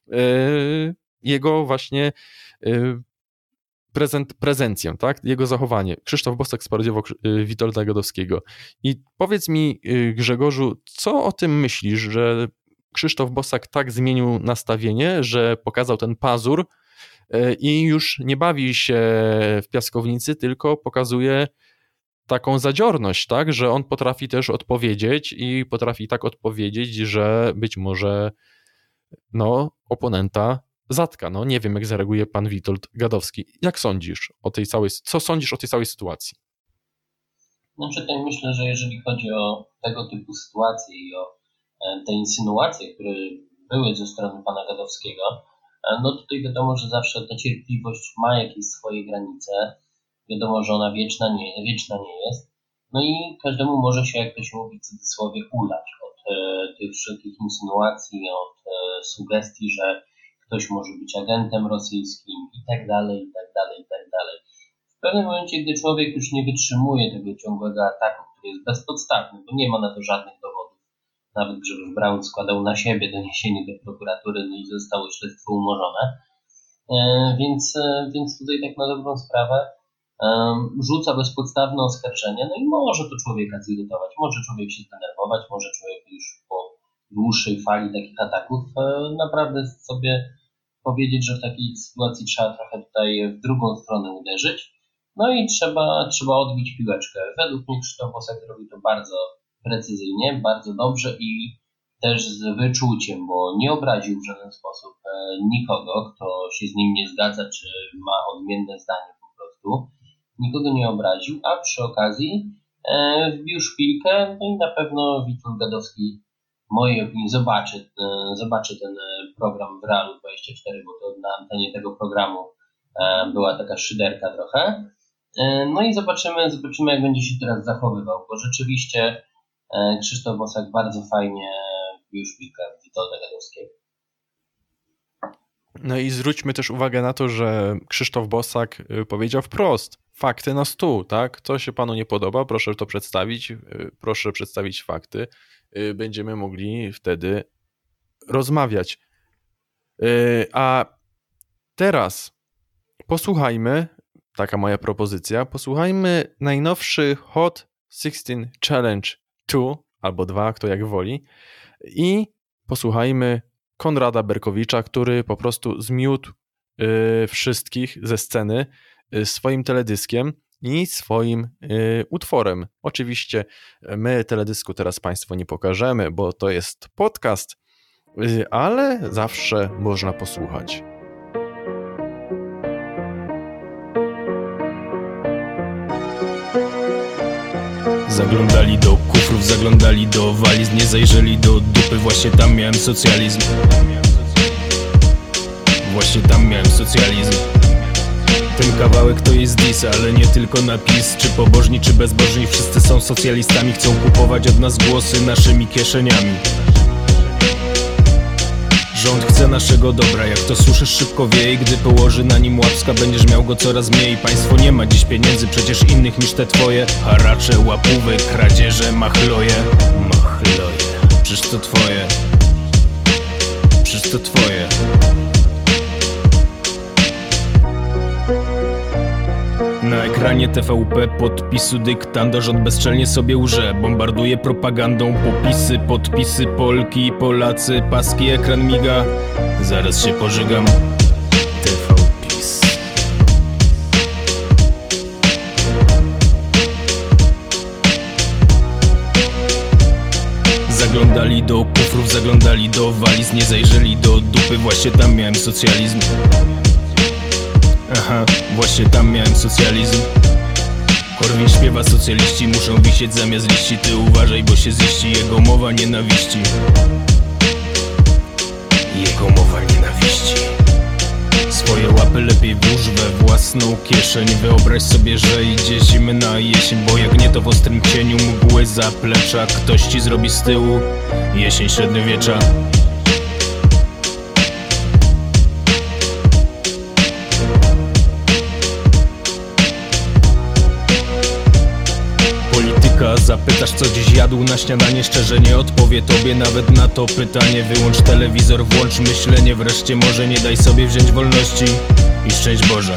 yy, jego właśnie yy, prezent, prezencję, tak? Jego zachowanie. Krzysztof Bosak sparodiował yy, Witolda Gadowskiego. I powiedz mi, yy, Grzegorzu, co o tym myślisz, że Krzysztof Bosak tak zmienił nastawienie, że pokazał ten pazur yy, i już nie bawi się w piaskownicy, tylko pokazuje taką zadziorność, tak, że on potrafi też odpowiedzieć i potrafi tak odpowiedzieć, że być może no, oponenta zatka. No, nie wiem, jak zareaguje pan Witold Gadowski. Jak sądzisz o tej całej, co sądzisz o tej całej sytuacji? Znaczy, tutaj myślę, że jeżeli chodzi o tego typu sytuacje i o te insynuacje, które były ze strony pana Gadowskiego, no tutaj wiadomo, że zawsze ta cierpliwość ma jakieś swoje granice. Wiadomo, że ona wieczna nie, wieczna nie jest. No i każdemu może się, jak to się mówi w cudzysłowie, ulać od e, tych wszelkich insynuacji, od e, sugestii, że ktoś może być agentem rosyjskim i tak dalej, i tak dalej, i tak dalej. W pewnym momencie, gdy człowiek już nie wytrzymuje tego ciągłego ataku, który jest bezpodstawny, bo nie ma na to żadnych dowodów, nawet Grzegorz Braun składał na siebie doniesienie do prokuratury, no i zostało śledztwo umorzone. E, więc, e, więc tutaj tak na dobrą sprawę rzuca bezpodstawne oskarżenie, no i może to człowieka zirytować, może człowiek się zdenerwować, może człowiek już po dłuższej fali takich ataków naprawdę sobie powiedzieć, że w takiej sytuacji trzeba trochę tutaj w drugą stronę uderzyć, no i trzeba, trzeba odbić piłeczkę. Według mnie Krzysztof Bosak robi to bardzo precyzyjnie, bardzo dobrze i też z wyczuciem, bo nie obraził w żaden sposób nikogo, kto się z nim nie zgadza, czy ma odmienne zdanie po prostu. Nikogo nie obraził, a przy okazji e, wbił szpilkę, no i na pewno Witold Gadowski w mojej opinii zobaczy, e, zobaczy ten program w Realu dwadzieścia cztery, bo to na antenie tego programu e, była taka szyderka trochę. E, no i zobaczymy, zobaczymy jak będzie się teraz zachowywał, bo rzeczywiście e, Krzysztof Bosak bardzo fajnie wbił szpilkę Witolda Gadowskiego. No i zwróćmy też uwagę na to, że Krzysztof Bosak powiedział wprost, fakty na stół, tak? Co się panu nie podoba, proszę to przedstawić, proszę przedstawić fakty. Będziemy mogli wtedy rozmawiać. A teraz posłuchajmy, taka moja propozycja, posłuchajmy najnowszy Hot szesnaście Challenge dwa albo dwa, kto jak woli, i posłuchajmy Konrada Berkowicza, który po prostu zmiótł y, wszystkich ze sceny y, swoim teledyskiem i swoim y, utworem. Oczywiście my teledysku teraz Państwu nie pokażemy, bo to jest podcast, y, ale zawsze można posłuchać. Zaglądali do kufrów, zaglądali do waliz, nie zajrzeli do dupy, właśnie tam miałem socjalizm. Właśnie tam miałem socjalizm. Ten kawałek to jest diss, ale nie tylko napis. Czy pobożni, czy bezbożni, wszyscy są socjalistami. Chcą kupować od nas głosy naszymi kieszeniami. Rząd chce naszego dobra, jak to słyszysz szybko wieje. Gdy położy na nim łapska, będziesz miał go coraz mniej. Państwo nie ma dziś pieniędzy, przecież innych niż te twoje. Haracze, łapówy, kradzieże, machloje. Machloje, przecież to twoje. Przecież to twoje. Na ekranie T V P podpisu dyktando. Rząd bezczelnie sobie łże, bombarduje propagandą. Popisy, podpisy, Polki, Polacy, paski, ekran miga. Zaraz się pożygam. T V PiS. Zaglądali do kufrów, zaglądali do waliz, nie zajrzeli do dupy, właśnie tam miałem socjalizm. Aha, właśnie tam miałem socjalizm. Korwin śpiewa, socjaliści muszą wisieć zamiast liści. Ty uważaj, bo się ziści jego mowa nienawiści. Jego mowa nienawiści. Swoje łapy lepiej włóż we własne pełną kieszeń. Wyobraź sobie, że idzie zimna jesień, bo jak nie to w ostrym cieniu mgły zaplecza ktoś ci zrobi z tyłu jesień średniowiecza. Zapytasz, co dziś jadł na śniadanie, szczerze nie odpowie tobie nawet na to pytanie. Wyłącz telewizor, włącz myślenie, wreszcie może nie daj sobie wziąć wolności i szczęść Boże.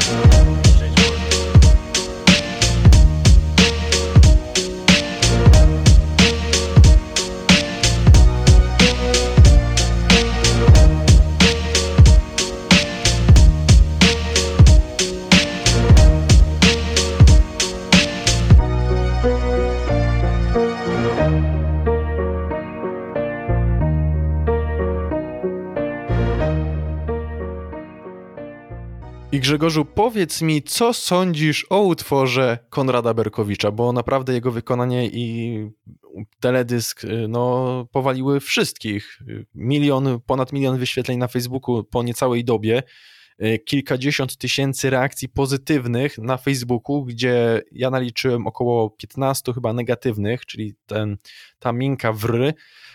I Grzegorzu, powiedz mi, co sądzisz o utworze Konrada Berkowicza, bo naprawdę jego wykonanie i teledysk no, powaliły wszystkich. Milion, ponad milion wyświetleń na Facebooku po niecałej dobie, kilkadziesiąt tysięcy reakcji pozytywnych na Facebooku, gdzie ja naliczyłem około piętnaście chyba negatywnych, czyli ten, ta minka wry.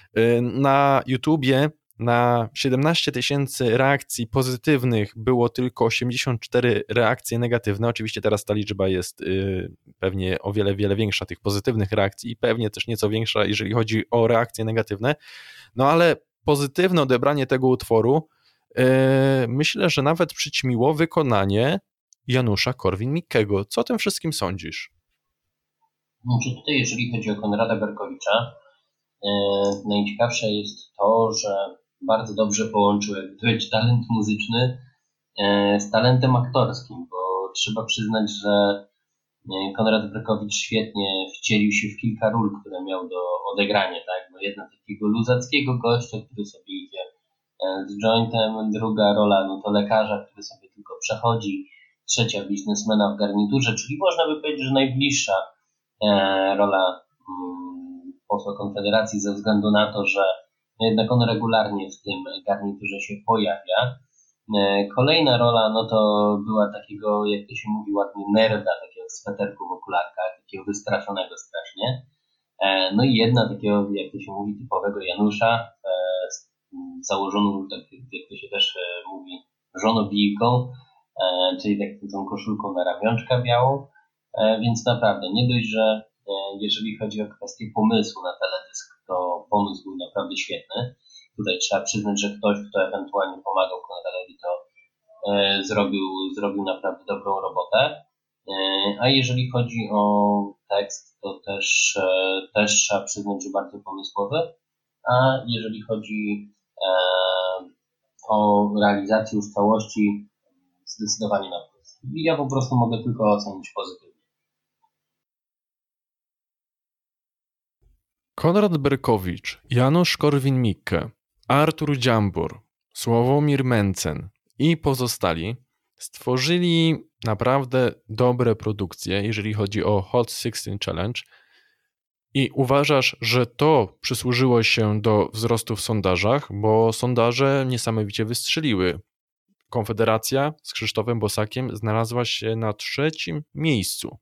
Na YouTubie na siedemnaście tysięcy reakcji pozytywnych było tylko osiemdziesiąt cztery reakcje negatywne. Oczywiście teraz ta liczba jest y, pewnie o wiele, wiele większa tych pozytywnych reakcji i pewnie też nieco większa, jeżeli chodzi o reakcje negatywne. No ale pozytywne odebranie tego utworu y, myślę, że nawet przyćmiło wykonanie Janusza Korwin-Mikkego. Co o tym wszystkim sądzisz? Znaczy tutaj, jeżeli chodzi o Konrada Berkowicza, y, najciekawsze jest to, że bardzo dobrze połączył jak gdyby talent muzyczny e, z talentem aktorskim, bo trzeba przyznać, że Konrad Berkowicz świetnie wcielił się w kilka ról, które miał do odegrania, tak? Bo jedna takiego luzackiego gościa, który sobie idzie e, z jointem, druga rola no to lekarza, który sobie tylko przechodzi, trzecia biznesmena w garniturze, czyli można by powiedzieć, że najbliższa e, rola mm, posła Konfederacji ze względu na to, że jednak on regularnie w tym garniturze się pojawia. Kolejna rola, no to była takiego, jak to się mówi ładnie, nerda, takiego w sweterku w okularkach, takiego wystraszonego strasznie. No i jedna takiego, jak to się mówi, typowego Janusza, z założoną, tak jak to się też mówi, żonobijką, czyli tak tą koszulką na ramionczka białą. Więc naprawdę, nie dość, że jeżeli chodzi o kwestię pomysłu na teledysk, to pomysł był naprawdę świetny. Tutaj trzeba przyznać, że ktoś, kto ewentualnie pomagał Konradowi, to e, zrobił, zrobił naprawdę dobrą robotę. E, a jeżeli chodzi o tekst, to też, e, też trzeba przyznać, że bardzo pomysłowy. A jeżeli chodzi e, o realizację już całości, zdecydowanie na plus. I ja po prostu mogę tylko ocenić pozytywnie. Konrad Berkowicz, Janusz Korwin-Mikke, Artur Dziambor, Sławomir Mencen i pozostali stworzyli naprawdę dobre produkcje, jeżeli chodzi o Hot szesnaście Challenge. I uważasz, że to przysłużyło się do wzrostu w sondażach, bo sondaże niesamowicie wystrzeliły. Konfederacja z Krzysztofem Bosakiem znalazła się na trzecim miejscu.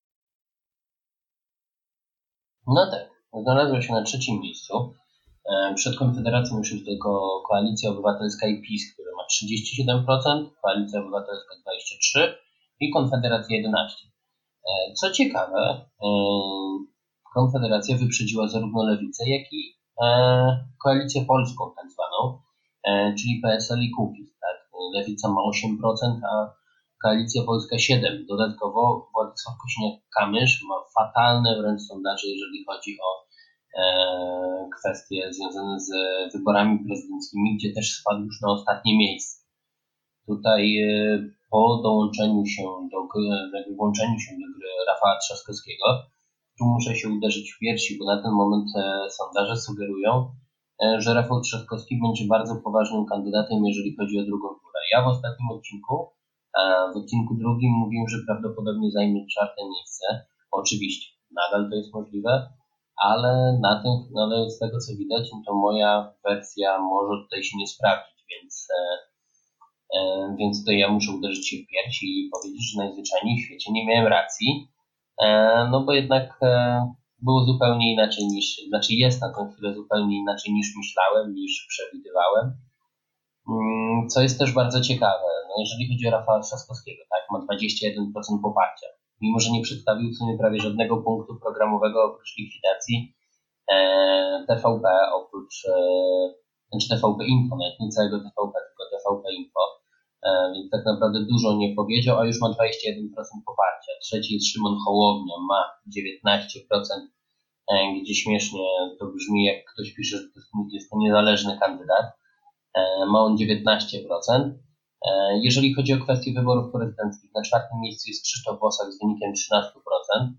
No tak. Znalazła się na trzecim miejscu. Przed Konfederacją już jest tylko Koalicja Obywatelska i PiS, który ma trzydzieści siedem procent, Koalicja Obywatelska dwadzieścia trzy procent i Konfederacja jedenaście procent. Co ciekawe, Konfederacja wyprzedziła zarówno Lewicę, jak i Koalicję Polską tak zwaną, czyli P S L i Kukiz. Tak? Lewica ma osiem procent, a Koalicja Polska siedem procent. Dodatkowo Władysław Kosiniak-Kamysz ma fatalne wręcz sondaże, jeżeli chodzi o kwestie związane z wyborami prezydenckimi, gdzie też spadł już na ostatnie miejsce. Tutaj po dołączeniu się do włączeniu się do gry Rafała Trzaskowskiego, tu muszę się uderzyć w piersi, bo na ten moment sondaże sugerują, że Rafał Trzaskowski będzie bardzo poważnym kandydatem, jeżeli chodzi o drugą turę. Ja w ostatnim odcinku, w odcinku drugim mówiłem, że prawdopodobnie zajmie czwarte miejsce. Oczywiście, nadal to jest możliwe, ale na tym, ale z tego co widać, to moja wersja może tutaj się nie sprawdzić, więc Więc tutaj ja muszę uderzyć się w pierś i powiedzieć, że najzwyczajniej w świecie nie miałem racji, no bo jednak było zupełnie inaczej niż, znaczy jest na tę chwilę zupełnie inaczej niż myślałem, niż przewidywałem. Co jest też bardzo ciekawe, no jeżeli chodzi o Rafała Trzaskowskiego, tak, ma dwadzieścia jeden procent poparcia. Mimo że nie przedstawił w sumie prawie żadnego punktu programowego oprócz likwidacji T V P, oprócz, znaczy T V P Info, nawet nie całego T V P, tylko T V P Info, więc tak naprawdę dużo nie powiedział, a już ma dwadzieścia jeden procent poparcia. Trzeci jest Szymon Hołownia, ma dziewiętnaście procent, gdzie śmiesznie to brzmi, jak ktoś pisze, że to jest to niezależny kandydat. Ma on dziewiętnaście procent. Jeżeli chodzi o kwestię wyborów prezydenckich, na czwartym miejscu jest Krzysztof Bosak z wynikiem trzynaście procent.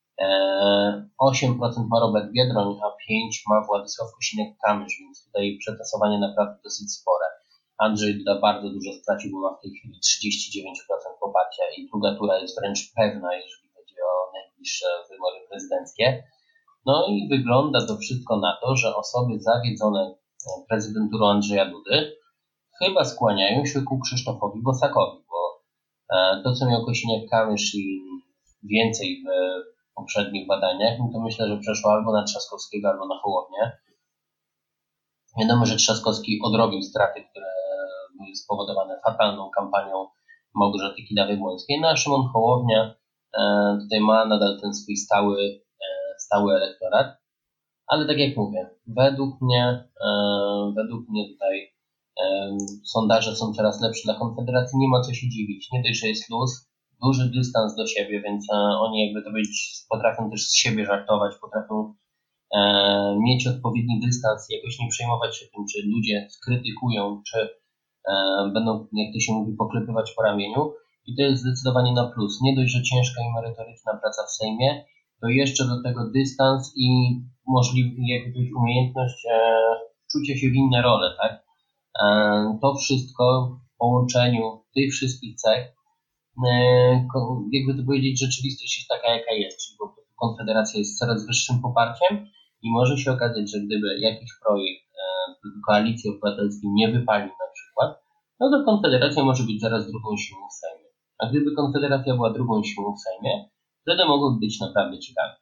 osiem procent ma Robert Biedroń, a pięć procent ma Władysław Kosiniak-Kamysz, więc tutaj przetasowanie naprawdę dosyć spore. Andrzej Duda bardzo dużo stracił, bo ma w tej chwili trzydzieści dziewięć procent poparcia i druga tura jest wręcz pewna, jeżeli chodzi o najbliższe wybory prezydenckie. No i wygląda to wszystko na to, że osoby zawiedzone prezydenturą Andrzeja Dudy chyba skłaniają się ku Krzysztofowi Bosakowi, bo to, co miał Kosiniak-Kamysz i więcej w poprzednich badaniach, no to myślę, że przeszło albo na Trzaskowskiego, albo na Hołownię. Wiadomo, że Trzaskowski odrobił straty, które były spowodowane fatalną kampanią Małgorzaty Kidawy-Błońskiej, no a Szymon Hołownia tutaj ma nadal ten swój stały, stały elektorat. Ale tak jak mówię, według mnie, według mnie tutaj sondaże są coraz lepsze dla Konfederacji, nie ma co się dziwić. Nie dość, że jest luz, duży dystans do siebie, więc oni jakby to powiedzieć, potrafią też z siebie żartować, potrafią mieć odpowiedni dystans i jakoś nie przejmować się tym, czy ludzie skrytykują, czy będą, jak to się mówi, poklepywać po ramieniu. I to jest zdecydowanie na plus. Nie dość, że ciężka i merytoryczna praca w Sejmie, to jeszcze do tego dystans i możliwy, jakąś umiejętność e, wczucia się w inne role, tak? E, to wszystko w połączeniu tych wszystkich cech, e, jakby to powiedzieć, rzeczywistość jest taka, jaka jest, czyli po prostu Konfederacja jest coraz wyższym poparciem i może się okazać, że gdyby jakiś projekt e, Koalicji Obywatelskiej nie wypalił na przykład, no to Konfederacja może być zaraz drugą siłą w Sejmie. A gdyby Konfederacja była drugą siłą w Sejmie, wtedy mogą być naprawdę ciekawe.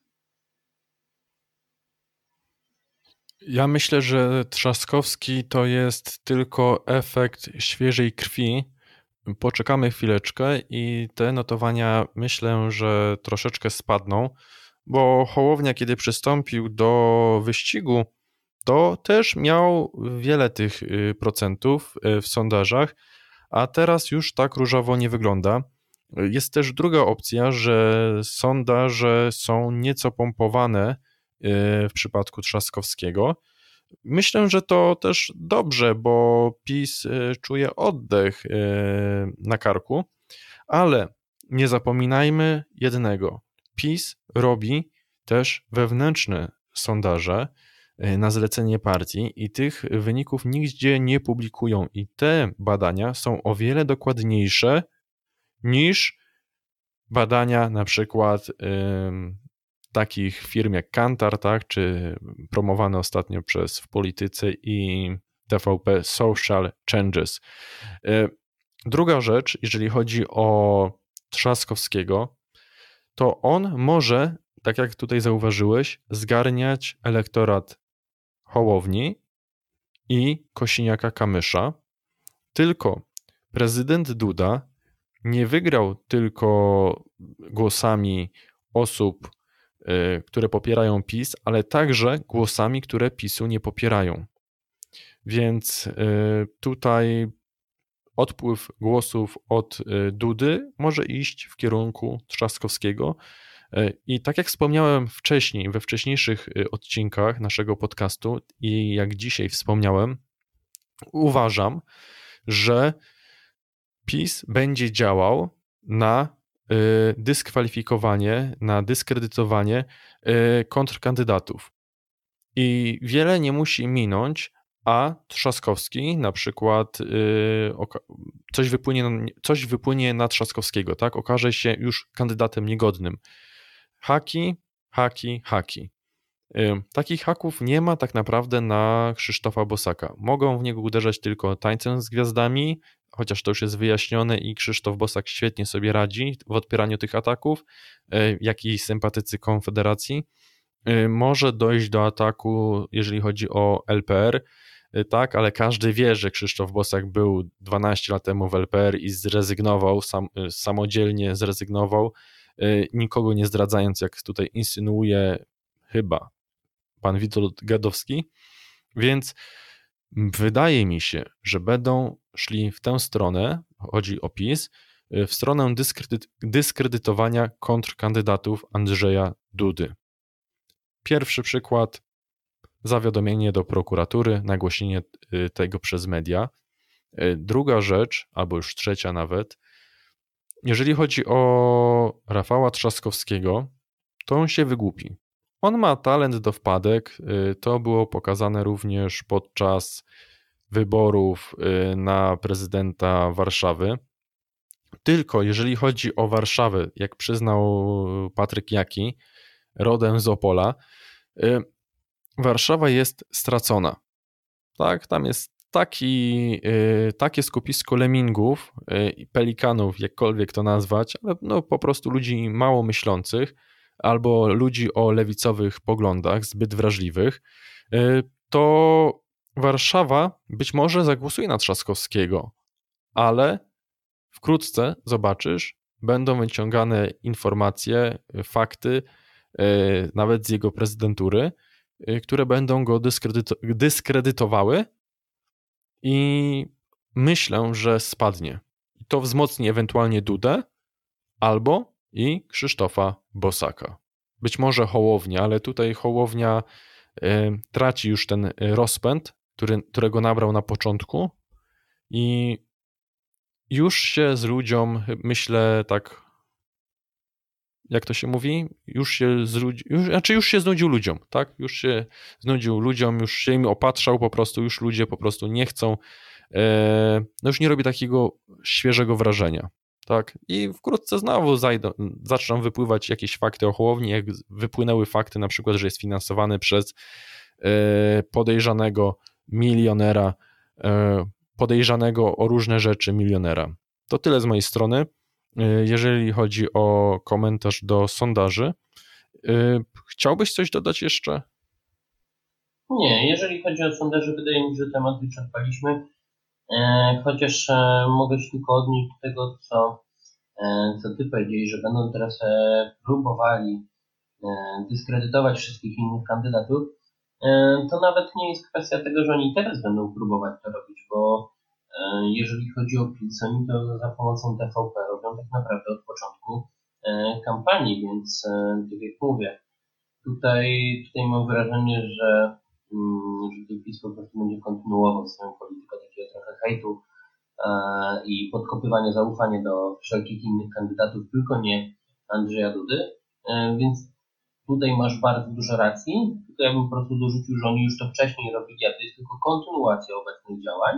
Ja myślę, że Trzaskowski to jest tylko efekt świeżej krwi. Poczekamy chwileczkę i te notowania myślę, że troszeczkę spadną, bo Hołownia, kiedy przystąpił do wyścigu, to też miał wiele tych procentów w sondażach, a teraz już tak różowo nie wygląda. Jest też druga opcja, że sondaże są nieco pompowane w przypadku Trzaskowskiego. Myślę, że to też dobrze, bo PiS czuje oddech na karku, ale nie zapominajmy jednego. PiS robi też wewnętrzne sondaże na zlecenie partii i tych wyników nigdzie nie publikują i te badania są o wiele dokładniejsze niż badania na przykład y, takich firm jak Kantar, tak, czy promowane ostatnio przez W Polityce i T V P Social Changes. Y, druga rzecz, jeżeli chodzi o Trzaskowskiego, to on może, tak jak tutaj zauważyłeś, zgarniać elektorat Hołowni i Kosiniaka-Kamysza, tylko prezydent Duda nie wygrał tylko głosami osób, y, które popierają PiS, ale także głosami, które PiSu nie popierają. Więc y, tutaj odpływ głosów od y, Dudy może iść w kierunku Trzaskowskiego. Y, I tak jak wspomniałem wcześniej, we wcześniejszych y, odcinkach naszego podcastu i jak dzisiaj wspomniałem, uważam, że PiS będzie działał na y, dyskwalifikowanie, na dyskredytowanie y, kontrkandydatów. I wiele nie musi minąć, a Trzaskowski na przykład y, oka- coś, wypłynie, na- coś wypłynie na Trzaskowskiego, tak? Okaże się już kandydatem niegodnym. Haki, haki, haki. Y, Takich haków nie ma tak naprawdę na Krzysztofa Bosaka. Mogą w niego uderzać tylko tańcem z gwiazdami, chociaż to już jest wyjaśnione i Krzysztof Bosak świetnie sobie radzi w odpieraniu tych ataków, jak i sympatycy Konfederacji. Może dojść do ataku, jeżeli chodzi o L P R, tak, ale każdy wie, że Krzysztof Bosak był dwanaście lat temu w L P R i zrezygnował, sam, samodzielnie zrezygnował, nikogo nie zdradzając, jak tutaj insynuuje chyba pan Witold Gadowski, więc wydaje mi się, że będą szli w tę stronę, chodzi o PiS, w stronę dyskredyt- dyskredytowania kontrkandydatów Andrzeja Dudy. Pierwszy przykład, zawiadomienie do prokuratury, nagłośnienie tego przez media. Druga rzecz, albo już trzecia nawet, jeżeli chodzi o Rafała Trzaskowskiego, to on się wygłupi. On ma talent do wpadek, to było pokazane również podczas wyborów na prezydenta Warszawy. Tylko jeżeli chodzi o Warszawę, jak przyznał Patryk Jaki, rodem z Opola, Warszawa jest stracona. Tak, tam jest taki, takie skupisko lemingów i pelikanów, jakkolwiek to nazwać, ale no po prostu ludzi mało myślących albo ludzi o lewicowych poglądach, zbyt wrażliwych, to Warszawa być może zagłosuje na Trzaskowskiego, ale wkrótce zobaczysz, będą wyciągane informacje, fakty, nawet z jego prezydentury, które będą go dyskredyto- dyskredytowały i myślę, że spadnie. I to wzmocni ewentualnie Dudę albo i Krzysztofa Bosaka. Być może Hołownia, ale tutaj Hołownia y, traci już ten rozpęd, który, którego nabrał na początku i już się z ludziom, myślę tak, jak to się mówi, już się znudził, już, znaczy już się znudził ludziom, tak? Już się znudził ludziom, już się im opatrzał po prostu, już ludzie po prostu nie chcą, e, no już nie robi takiego świeżego wrażenia, tak? I wkrótce znowu zajdą, zaczną wypływać jakieś fakty o Hołowni, jak wypłynęły fakty na przykład, że jest finansowany przez e, podejrzanego milionera, e, podejrzanego o różne rzeczy milionera. To tyle z mojej strony. Jeżeli chodzi o komentarz do sondaży. Chciałbyś coś dodać jeszcze? Nie, jeżeli chodzi o sondaże, wydaje mi się, że temat wyczerpaliśmy. Chociaż mogę się tylko odnieść do tego, co, co ty powiedziałeś, że będą teraz próbowali dyskredytować wszystkich innych kandydatów. To nawet nie jest kwestia tego, że oni teraz będą próbować to robić, bo jeżeli chodzi o PiS, oni to za pomocą T V P robią tak naprawdę od początku kampanii, więc tak jak mówię, tutaj, tutaj mam wrażenie, że, że PiS po prostu będzie kontynuował swoją politykę takiego trochę hejtu i podkopywania zaufania do wszelkich innych kandydatów, tylko nie Andrzeja Dudy, więc tutaj masz bardzo dużo racji, tylko ja bym po prostu dorzucił, że oni już to wcześniej robili, a to jest tylko kontynuacja obecnych działań.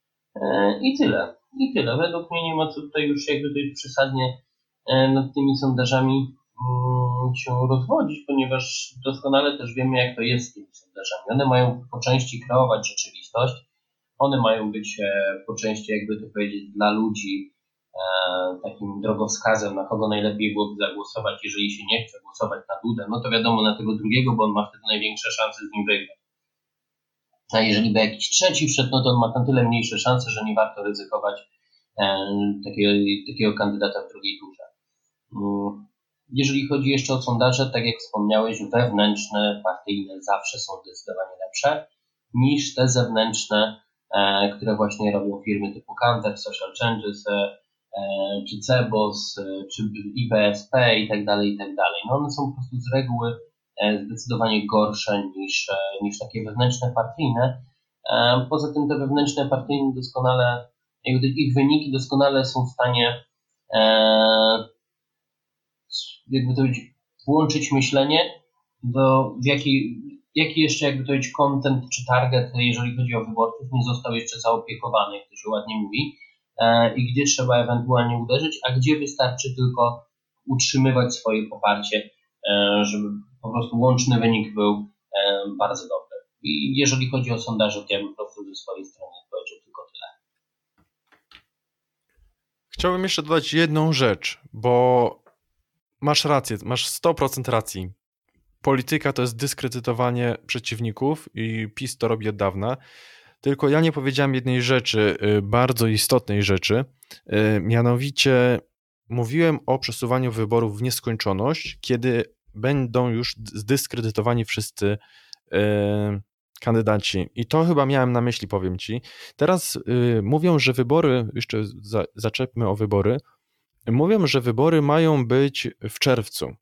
I tyle. I tyle. Według mnie nie ma co tutaj już jakby tutaj przesadnie nad tymi sondażami się rozwodzić, ponieważ doskonale też wiemy, jak to jest z tymi sondażami. One mają po części kreować rzeczywistość, one mają być po części, jakby to powiedzieć, dla ludzi takim drogowskazem, na kogo najlepiej byłoby zagłosować, jeżeli się nie chce głosować na Dudę, no to wiadomo na tego drugiego, bo on ma wtedy największe szanse z nim wygrać. A jeżeli by jakiś trzeci wszedł, no to on ma na tyle mniejsze szanse, że nie warto ryzykować e, takiego, takiego kandydata w drugiej turze. Mm. Jeżeli chodzi jeszcze o sondaże, tak jak wspomniałeś, wewnętrzne, partyjne zawsze są zdecydowanie lepsze niż te zewnętrzne, e, które właśnie robią firmy typu Kantar, Social Changes, e, czy Cebos, czy I B S P i tak dalej, i tak dalej. No one są po prostu z reguły zdecydowanie gorsze niż, niż takie wewnętrzne partyjne. Poza tym te wewnętrzne partyjne doskonale, jakby ich wyniki doskonale są w stanie jakby to powiedzieć, włączyć myślenie do w jaki, jaki jeszcze jakby to powiedzieć content czy target, jeżeli chodzi o wyborców, nie został jeszcze zaopiekowany, jak to się ładnie mówi, i gdzie trzeba ewentualnie uderzyć, a gdzie wystarczy tylko utrzymywać swoje poparcie, żeby po prostu łączny wynik był bardzo dobry. I jeżeli chodzi o sondaże, to ja bym po prostu ze swojej strony powiedział tylko tyle. Chciałbym jeszcze dodać jedną rzecz, bo masz rację, masz sto procent racji. Polityka to jest dyskredytowanie przeciwników i PiS to robi od dawna. Tylko ja nie powiedziałem jednej rzeczy, bardzo istotnej rzeczy, mianowicie mówiłem o przesuwaniu wyborów w nieskończoność, kiedy będą już zdyskredytowani wszyscy kandydaci. I to chyba miałem na myśli, powiem ci. Teraz mówią, że wybory, jeszcze za, zaczepmy o wybory, mówią, że wybory mają być w czerwcu.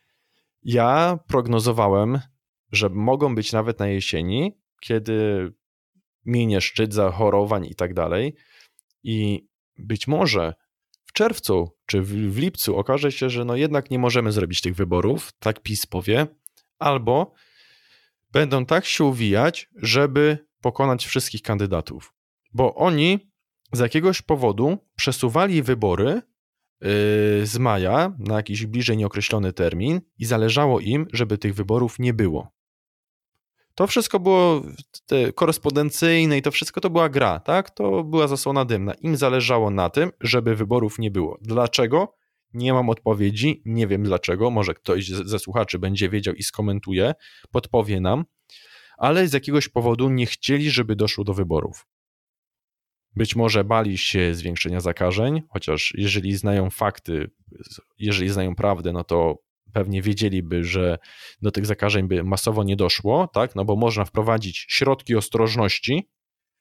Ja prognozowałem, że mogą być nawet na jesieni, kiedy minie szczyt zachorowań i tak dalej. I być może w czerwcu czy w, w lipcu okaże się, że no jednak nie możemy zrobić tych wyborów, tak PiS powie, albo będą tak się uwijać, żeby pokonać wszystkich kandydatów. Bo oni z jakiegoś powodu przesuwali wybory z maja na jakiś bliżej nieokreślony termin i zależało im, żeby tych wyborów nie było. To wszystko było korespondencyjne i to wszystko to była gra, tak? To była zasłona dymna. Im zależało na tym, żeby wyborów nie było. Dlaczego? Nie mam odpowiedzi, nie wiem dlaczego, może ktoś ze słuchaczy będzie wiedział i skomentuje, podpowie nam, ale z jakiegoś powodu nie chcieli, żeby doszło do wyborów. Być może bali się zwiększenia zakażeń, chociaż jeżeli znają fakty, jeżeli znają prawdę, no to pewnie wiedzieliby, że do tych zakażeń by masowo nie doszło, tak? No bo można wprowadzić środki ostrożności,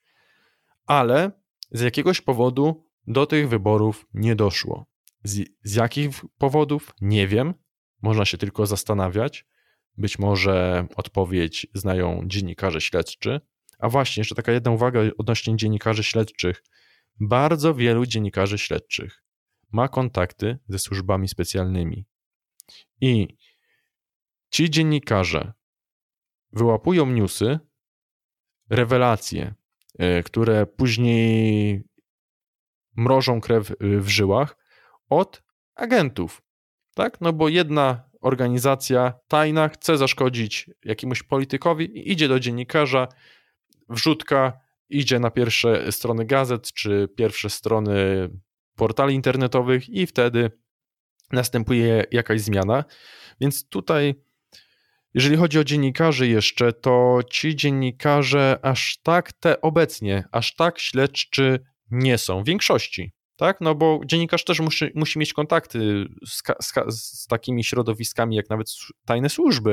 ale z jakiegoś powodu do tych wyborów nie doszło. Z, z jakich powodów? Nie wiem. Można się tylko zastanawiać. Być może odpowiedź znają dziennikarze śledczy. A właśnie, jeszcze taka jedna uwaga odnośnie dziennikarzy śledczych. Bardzo wielu dziennikarzy śledczych ma kontakty ze służbami specjalnymi. I ci dziennikarze wyłapują newsy, rewelacje, które później mrożą krew w żyłach od agentów. Tak? No bo jedna organizacja tajna chce zaszkodzić jakiemuś politykowi i idzie do dziennikarza, wrzutka, idzie na pierwsze strony gazet czy pierwsze strony portali internetowych i wtedy następuje jakaś zmiana. Więc tutaj, jeżeli chodzi o dziennikarzy jeszcze, to ci dziennikarze aż tak te obecnie, aż tak śledczy nie są w większości. Tak? No bo dziennikarz też musi, musi mieć kontakty z, z, z takimi środowiskami jak nawet tajne służby,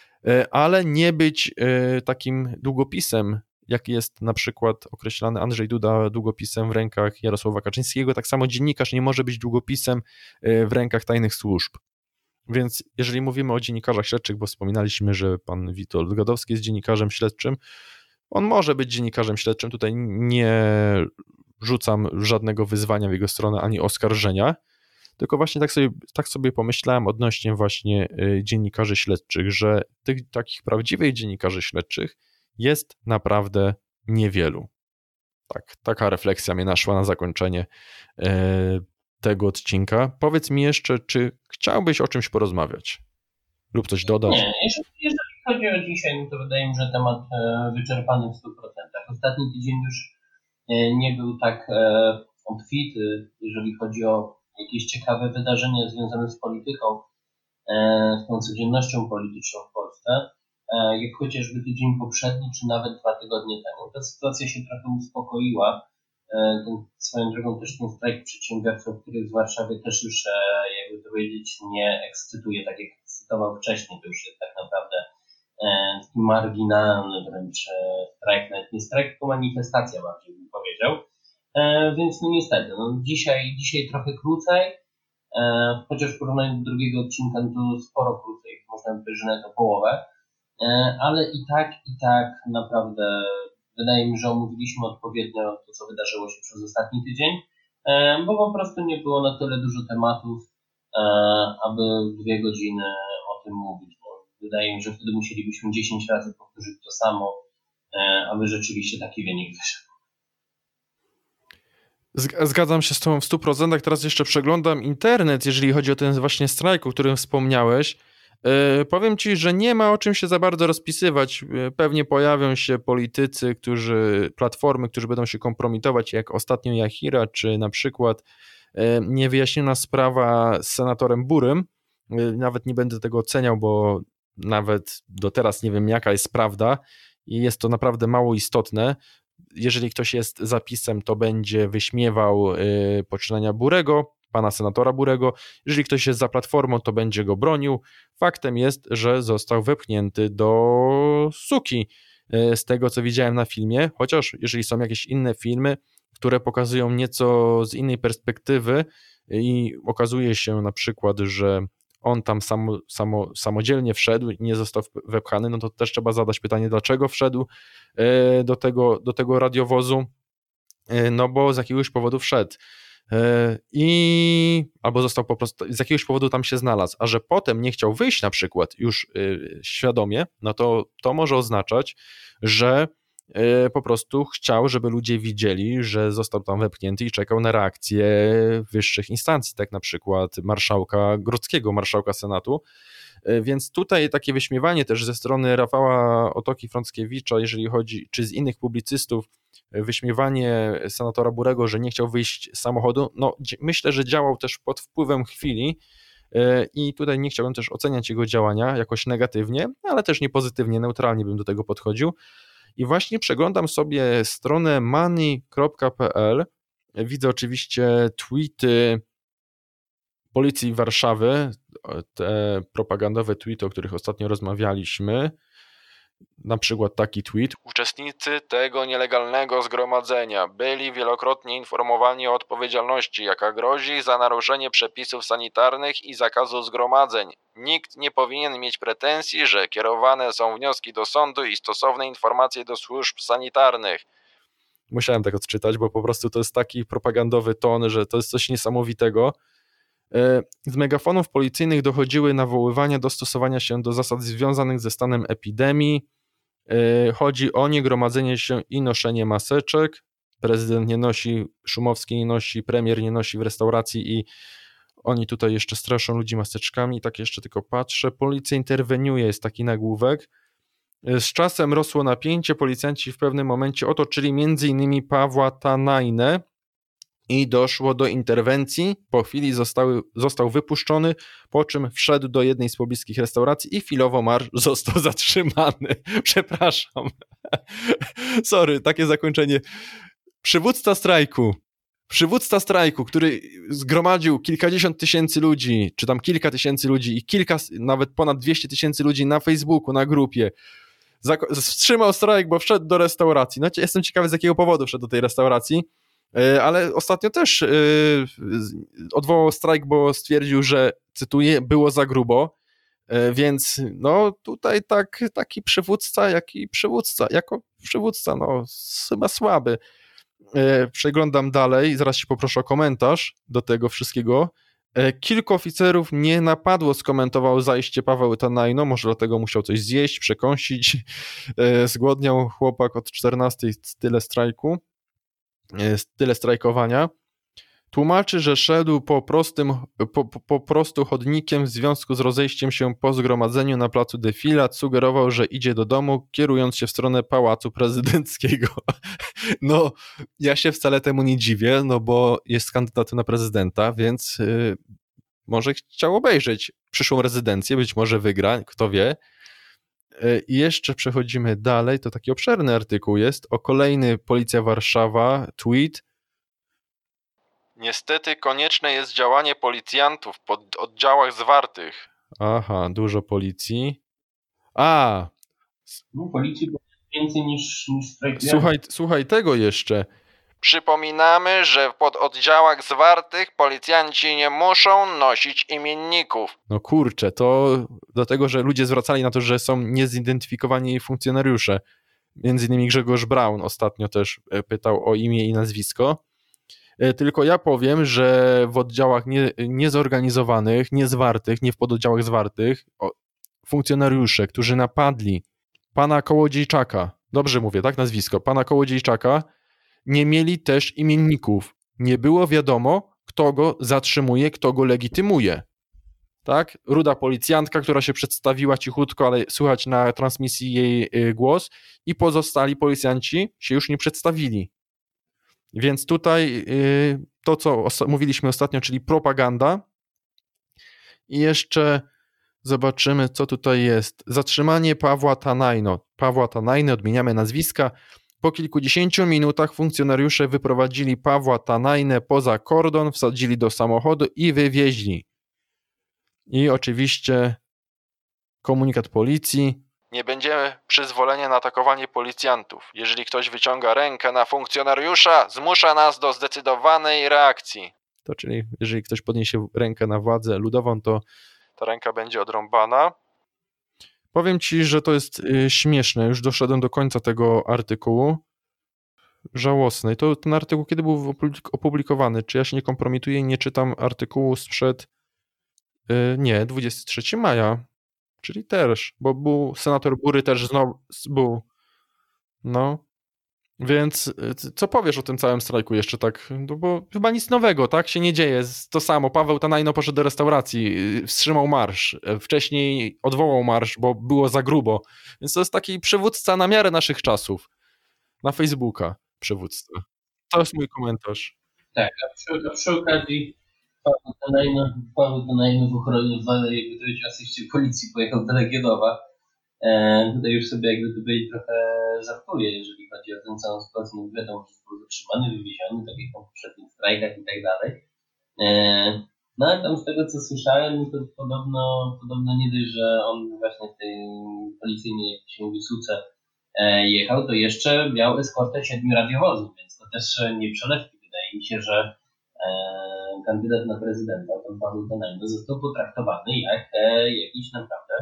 ale nie być takim długopisem, jak jest na przykład określany Andrzej Duda długopisem w rękach Jarosława Kaczyńskiego, tak samo dziennikarz nie może być długopisem w rękach tajnych służb. Więc jeżeli mówimy o dziennikarzach śledczych, bo wspominaliśmy, że pan Witold Gadowski jest dziennikarzem śledczym, on może być dziennikarzem śledczym, tutaj nie rzucam żadnego wyzwania w jego stronę, ani oskarżenia, tylko właśnie tak sobie, tak sobie pomyślałem odnośnie właśnie dziennikarzy śledczych, że tych takich prawdziwych dziennikarzy śledczych jest naprawdę niewielu. Tak, taka refleksja mnie naszła na zakończenie e, tego odcinka. Powiedz mi jeszcze, czy chciałbyś o czymś porozmawiać lub coś dodać? Nie, jeżeli, jeżeli chodzi o dzisiaj, to wydaje mi się, że temat e, wyczerpany w stu procentach. Ostatni tydzień już e, nie był tak e, obfity, jeżeli chodzi o jakieś ciekawe wydarzenia związane z polityką, e, z tą codziennością polityczną w Polsce, jak chociażby tydzień poprzedni, czy nawet dwa tygodnie temu. Ta sytuacja się trochę uspokoiła. Ten, swoją drogą też ten strajk przedsiębiorców, który w Warszawie też już, jakby to powiedzieć, nie ekscytuje, tak jak cytował wcześniej, to już jest tak naprawdę taki marginalny wręcz strajk, nawet nie strajk, tylko manifestacja bardziej bym powiedział. Więc no niestety, no dzisiaj, dzisiaj trochę krócej, chociaż w porównaniu do drugiego odcinka to sporo krócej, można powiedzieć, że na to połowę. Ale i tak, i tak naprawdę wydaje mi się, że omówiliśmy odpowiednio to, co wydarzyło się przez ostatni tydzień, bo po prostu nie było na tyle dużo tematów, aby dwie godziny o tym mówić. Wydaje mi się, że wtedy musielibyśmy dziesięć razy powtórzyć to samo, aby rzeczywiście taki wynik wyszedł. Zgadzam się z tobą w stu procentach. Teraz jeszcze przeglądam internet, jeżeli chodzi o ten właśnie strajk, o którym wspomniałeś. Yy, powiem ci, że nie ma o czym się za bardzo rozpisywać. Yy, pewnie pojawią się politycy, którzy, platformy, którzy będą się kompromitować, jak ostatnio Jachira, czy na przykład niewyjaśniona sprawa z senatorem Burym. Nawet nie będę tego oceniał, bo nawet do teraz nie wiem, jaka jest prawda i jest to naprawdę mało istotne. Jeżeli ktoś jest za PiS-em, to będzie wyśmiewał poczynania Burego, pana senatora Burego. Jeżeli ktoś jest za Platformą, to będzie go bronił. Faktem jest, że został wepchnięty do suki z tego, co widziałem na filmie, chociaż jeżeli są jakieś inne filmy, które pokazują nieco z innej perspektywy i okazuje się na przykład, że on tam samo, samo, samodzielnie wszedł i nie został wepchany, no to też trzeba zadać pytanie, dlaczego wszedł do tego, do tego radiowozu, no bo z jakiegoś powodu wszedł. I albo został po prostu, z jakiegoś powodu tam się znalazł, a że potem nie chciał wyjść na przykład już y, świadomie, no to to może oznaczać, że y, po prostu chciał, żeby ludzie widzieli, że został tam wepchnięty i czekał na reakcję wyższych instancji, tak na przykład marszałka Grodzkiego, marszałka Senatu. Y, więc tutaj takie wyśmiewanie też ze strony Rafała Otoki-Frąckiewicza, jeżeli chodzi, czy z innych publicystów, wyśmiewanie senatora Burego, że nie chciał wyjść z samochodu, no myślę, że działał też pod wpływem chwili i tutaj nie chciałbym też oceniać jego działania jakoś negatywnie, ale też nie pozytywnie, neutralnie bym do tego podchodził. I właśnie przeglądam sobie stronę money kropka p l, widzę oczywiście tweety Policji Warszawy, te propagandowe tweety, o których ostatnio rozmawialiśmy. Na przykład taki tweet. Uczestnicy tego nielegalnego zgromadzenia byli wielokrotnie informowani o odpowiedzialności, jaka grozi za naruszenie przepisów sanitarnych i zakazu zgromadzeń. Nikt nie powinien mieć pretensji, że kierowane są wnioski do sądu i stosowne informacje do służb sanitarnych. Musiałem tak odczytać, bo po prostu to jest taki propagandowy ton, że to jest coś niesamowitego. Z megafonów policyjnych dochodziły nawoływania do stosowania się do zasad związanych ze stanem epidemii. Chodzi o niegromadzenie się i noszenie maseczek. Prezydent nie nosi, Szumowski nie nosi, premier nie nosi w restauracji i oni tutaj jeszcze straszą ludzi maseczkami. Tak jeszcze tylko patrzę. Policja interweniuje, jest taki nagłówek. Z czasem rosło napięcie. Policjanci w pewnym momencie otoczyli między innymi Pawła Tanajnę i doszło do interwencji. Po chwili zostały, został wypuszczony, po czym wszedł do jednej z pobliskich restauracji i chwilowo marsz został zatrzymany. Przepraszam. Sorry, takie zakończenie. Przywódca strajku, przywódca strajku, który zgromadził kilkadziesiąt tysięcy ludzi, czy tam kilka tysięcy ludzi i kilka, nawet ponad dwieście tysięcy ludzi na Facebooku, na grupie, wstrzymał strajk, bo wszedł do restauracji. No, jestem ciekawy, z jakiego powodu wszedł do tej restauracji. Ale ostatnio też odwołał strajk, bo stwierdził, że, cytuję, było za grubo, więc no tutaj tak, taki przywódca, jaki przywódca, jako przywódca, no chyba słaby. Przeglądam dalej, zaraz się poproszę o komentarz do tego wszystkiego. Kilku oficerów nie napadło, skomentował zajście Paweł Tanajno, może dlatego musiał coś zjeść, przekąsić. Zgłodniał chłopak od czternastej, tyle strajku. Tyle strajkowania. Tłumaczy, że szedł po, prostym, po, po prostu chodnikiem w związku z rozejściem się po zgromadzeniu na placu Defilat. Sugerował, że idzie do domu, kierując się w stronę Pałacu Prezydenckiego. No, ja się wcale temu nie dziwię, no bo jest kandydatem na prezydenta, więc yy, może chciał obejrzeć przyszłą rezydencję, być może wygra, kto wie. I jeszcze przechodzimy dalej, to taki obszerny artykuł jest o kolejny Policja Warszawa tweet. Niestety konieczne jest działanie policjantów po oddziałach zwartych. Aha, dużo policji. A! No, policji więcej niż, niż strajkujących. Słuchaj, słuchaj tego jeszcze. Przypominamy, że w pododdziałach zwartych policjanci nie muszą nosić imienników. No kurczę, to dlatego, że ludzie zwracali na to, że są niezidentyfikowani funkcjonariusze. Między innymi Grzegorz Braun ostatnio też pytał o imię i nazwisko. Tylko ja powiem, że w oddziałach nie, niezorganizowanych, niezwartych, nie w pododdziałach zwartych, funkcjonariusze, którzy napadli pana Kołodziejczaka, dobrze mówię, tak nazwisko, pana Kołodziejczaka, nie mieli też imienników. Nie było wiadomo, kto go zatrzymuje, kto go legitymuje. Tak? Ruda policjantka, która się przedstawiła cichutko, ale słychać na transmisji jej głos i pozostali policjanci się już nie przedstawili. Więc tutaj yy, to, co os- mówiliśmy ostatnio, czyli propaganda. I jeszcze zobaczymy, co tutaj jest. Zatrzymanie Pawła Tanajno. Pawła Tanajny, odmieniamy nazwiska. Po kilkudziesięciu minutach funkcjonariusze wyprowadzili Pawła Tanajnę poza kordon, wsadzili do samochodu i wywieźli. I oczywiście komunikat policji. Nie będziemy przyzwolenia na atakowanie policjantów. Jeżeli ktoś wyciąga rękę na funkcjonariusza, zmusza nas do zdecydowanej reakcji. To czyli jeżeli ktoś podniesie rękę na władzę ludową, to ta ręka będzie odrąbana. Powiem ci, że to jest y, śmieszne. Już doszedłem do końca tego artykułu. Żałosny. To ten artykuł kiedy był opublik- opublikowany? Czy ja się nie kompromituję i nie czytam artykułu sprzed... Y, nie, dwudziestego trzeciego maja. Czyli też, bo był senator Bury też znowu był. No. Więc y, co powiesz o tym całym strajku jeszcze tak? No bo chyba nic nowego, tak? Się nie dzieje. To samo. Paweł Tanajno poszedł do restauracji, y, wstrzymał marsz. Wcześniej odwołał marsz, bo było za grubo. Więc to jest taki przywódca na miarę naszych czasów. Na Facebooka przywódca. To jest mój komentarz. Tak, a przy, a przy okazji Paweł Tanajno, Paweł Tanajno w ochronie, jakby to być asyście policji pojechał do Legionowa. E, tutaj już sobie jakby to powiedzieć trochę żartuję, jeżeli chodzi o tę całą sytuację. No wiadomo, że został zatrzymany, wywieziony, tak jak w poprzednich strajkach i tak dalej. E, no ale tam z tego co słyszałem, to podobno, podobno nie dość, że on właśnie w tej policyjnej, jak się mówi, suce e, jechał, to jeszcze miał eskortę siedmiu radiowozów, więc to też nie przelewki. Wydaje mi się, że e, kandydat na prezydenta, pan Paweł Tanajno, został potraktowany jak e, jakiś naprawdę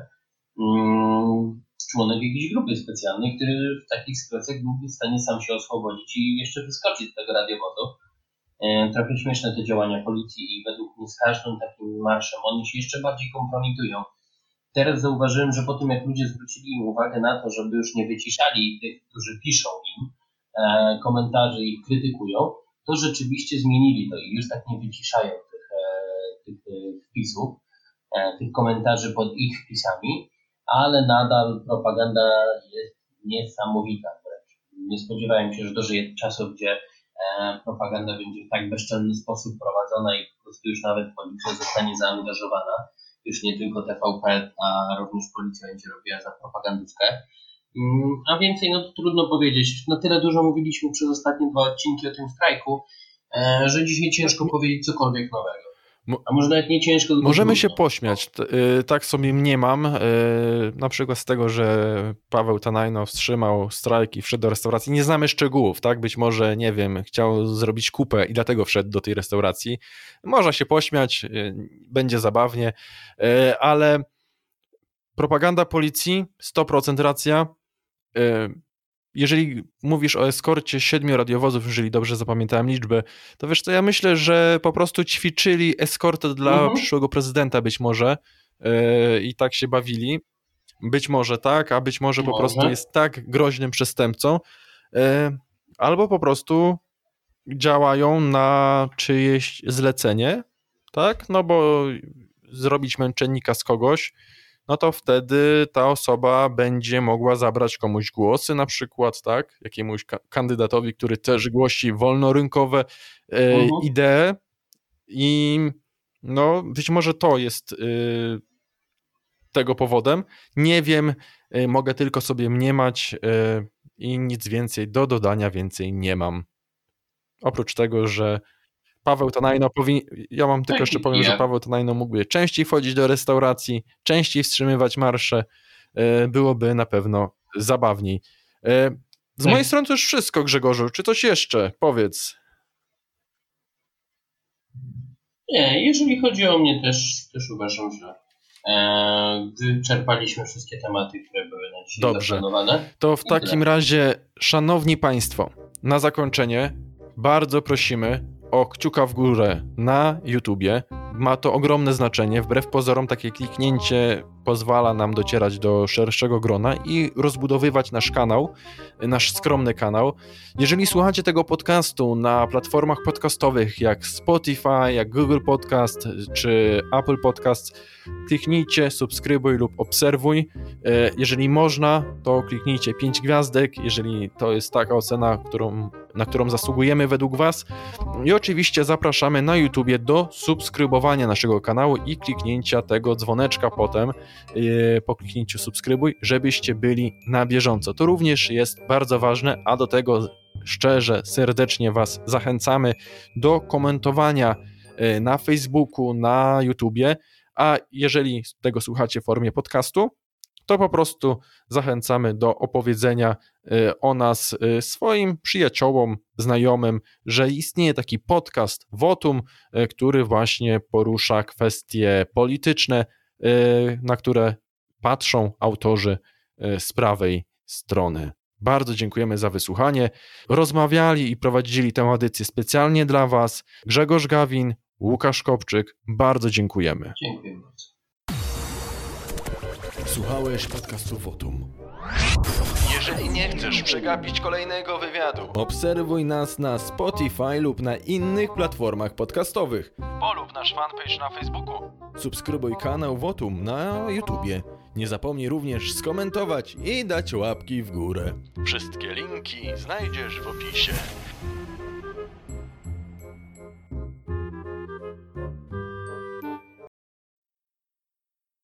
mm, członek jakiejś grupy specjalnej, który w takich sytuacjach byłby w stanie sam się oswobodzić i jeszcze wyskoczyć z tego radiowozu. E, trochę śmieszne te działania policji i według mnie z każdym takim marszem oni się jeszcze bardziej kompromitują. Teraz zauważyłem, że po tym jak ludzie zwrócili im uwagę na to, żeby już nie wyciszali tych, którzy piszą im e, komentarzy i krytykują, to rzeczywiście zmienili to i już tak nie wyciszają tych, e, tych e, wpisów, e, tych komentarzy pod ich wpisami, ale nadal propaganda jest niesamowita wręcz. Nie spodziewałem się, że dożyję czasów, gdzie e, propaganda będzie w tak bezczelny sposób prowadzona i po prostu już nawet policja zostanie zaangażowana. Już nie tylko T V P, a również policja będzie robiła za propagandówkę. A więcej, no to trudno powiedzieć. Na tyle dużo mówiliśmy przez ostatnie dwa odcinki o tym strajku, że dzisiaj ciężko powiedzieć cokolwiek nowego. A może nawet nie ciężko, tylko Możemy trudno. się pośmiać. Tak sobie mniemam, na przykład z tego, że Paweł Tanajno wstrzymał strajk i wszedł do restauracji. Nie znamy szczegółów, tak? Być może, nie wiem, chciał zrobić kupę i dlatego wszedł do tej restauracji. Można się pośmiać, będzie zabawnie, ale propaganda policji, sto procent racja. Jeżeli mówisz o eskorcie siedmiu radiowozów, jeżeli dobrze zapamiętałem liczbę, to wiesz co, ja myślę, że po prostu ćwiczyli eskortę dla mhm. przyszłego prezydenta być może yy, i tak się bawili. Być może tak, a być może po może. prostu jest tak groźnym przestępcą, yy, albo po prostu działają na czyjeś zlecenie, tak? No bo zrobić męczennika z kogoś, no to wtedy ta osoba będzie mogła zabrać komuś głosy na przykład, tak, jakiemuś ka- kandydatowi, który też głosi wolnorynkowe e, uh-huh. idee i no być może to jest e, tego powodem. Nie wiem, e, mogę tylko sobie mniemać e, i nic więcej do dodania więcej nie mam. Oprócz tego, że Paweł Tanajno powinien, ja mam tylko jeszcze powiem, że Paweł Tanajno mógłby częściej wchodzić do restauracji, częściej wstrzymywać marsze, byłoby na pewno zabawniej. Z mojej strony to już wszystko, Grzegorzu. Czy coś jeszcze? Powiedz. Nie, jeżeli chodzi o mnie też, też uważam, że e, wyczerpaliśmy wszystkie tematy, które były na dzisiaj Dobrze. zaplanowane. To w takim razie, szanowni państwo, na zakończenie bardzo prosimy o kciuka w górę na YouTubie. Ma to ogromne znaczenie. Wbrew pozorom takie kliknięcie pozwala nam docierać do szerszego grona i rozbudowywać nasz kanał, nasz skromny kanał. Jeżeli słuchacie tego podcastu na platformach podcastowych jak Spotify, jak Google Podcast czy Apple Podcast, kliknijcie subskrybuj lub obserwuj. Jeżeli można, to kliknijcie pięć gwiazdek. Jeżeli to jest taka ocena, którą na którą zasługujemy według Was. I oczywiście zapraszamy na YouTubie do subskrybowania naszego kanału i kliknięcia tego dzwoneczka potem, yy, po kliknięciu subskrybuj, żebyście byli na bieżąco. To również jest bardzo ważne, a do tego szczerze, serdecznie Was zachęcamy do komentowania yy, na Facebooku, na YouTubie, a jeżeli tego słuchacie w formie podcastu, to po prostu zachęcamy do opowiedzenia o nas swoim przyjaciołom, znajomym, że istnieje taki podcast Votum, który właśnie porusza kwestie polityczne, na które patrzą autorzy z prawej strony. Bardzo dziękujemy za wysłuchanie. Rozmawiali i prowadzili tę audycję specjalnie dla Was Grzegorz Gawin, Łukasz Kopczyk. Bardzo dziękujemy. Dziękuję bardzo. Słuchałeś podcastu Votum. Jeżeli nie chcesz przegapić kolejnego wywiadu, obserwuj nas na Spotify lub na innych platformach podcastowych. Polub nasz fanpage na Facebooku. Subskrybuj kanał Votum na YouTubie. Nie zapomnij również skomentować i dać łapki w górę. Wszystkie linki znajdziesz w opisie.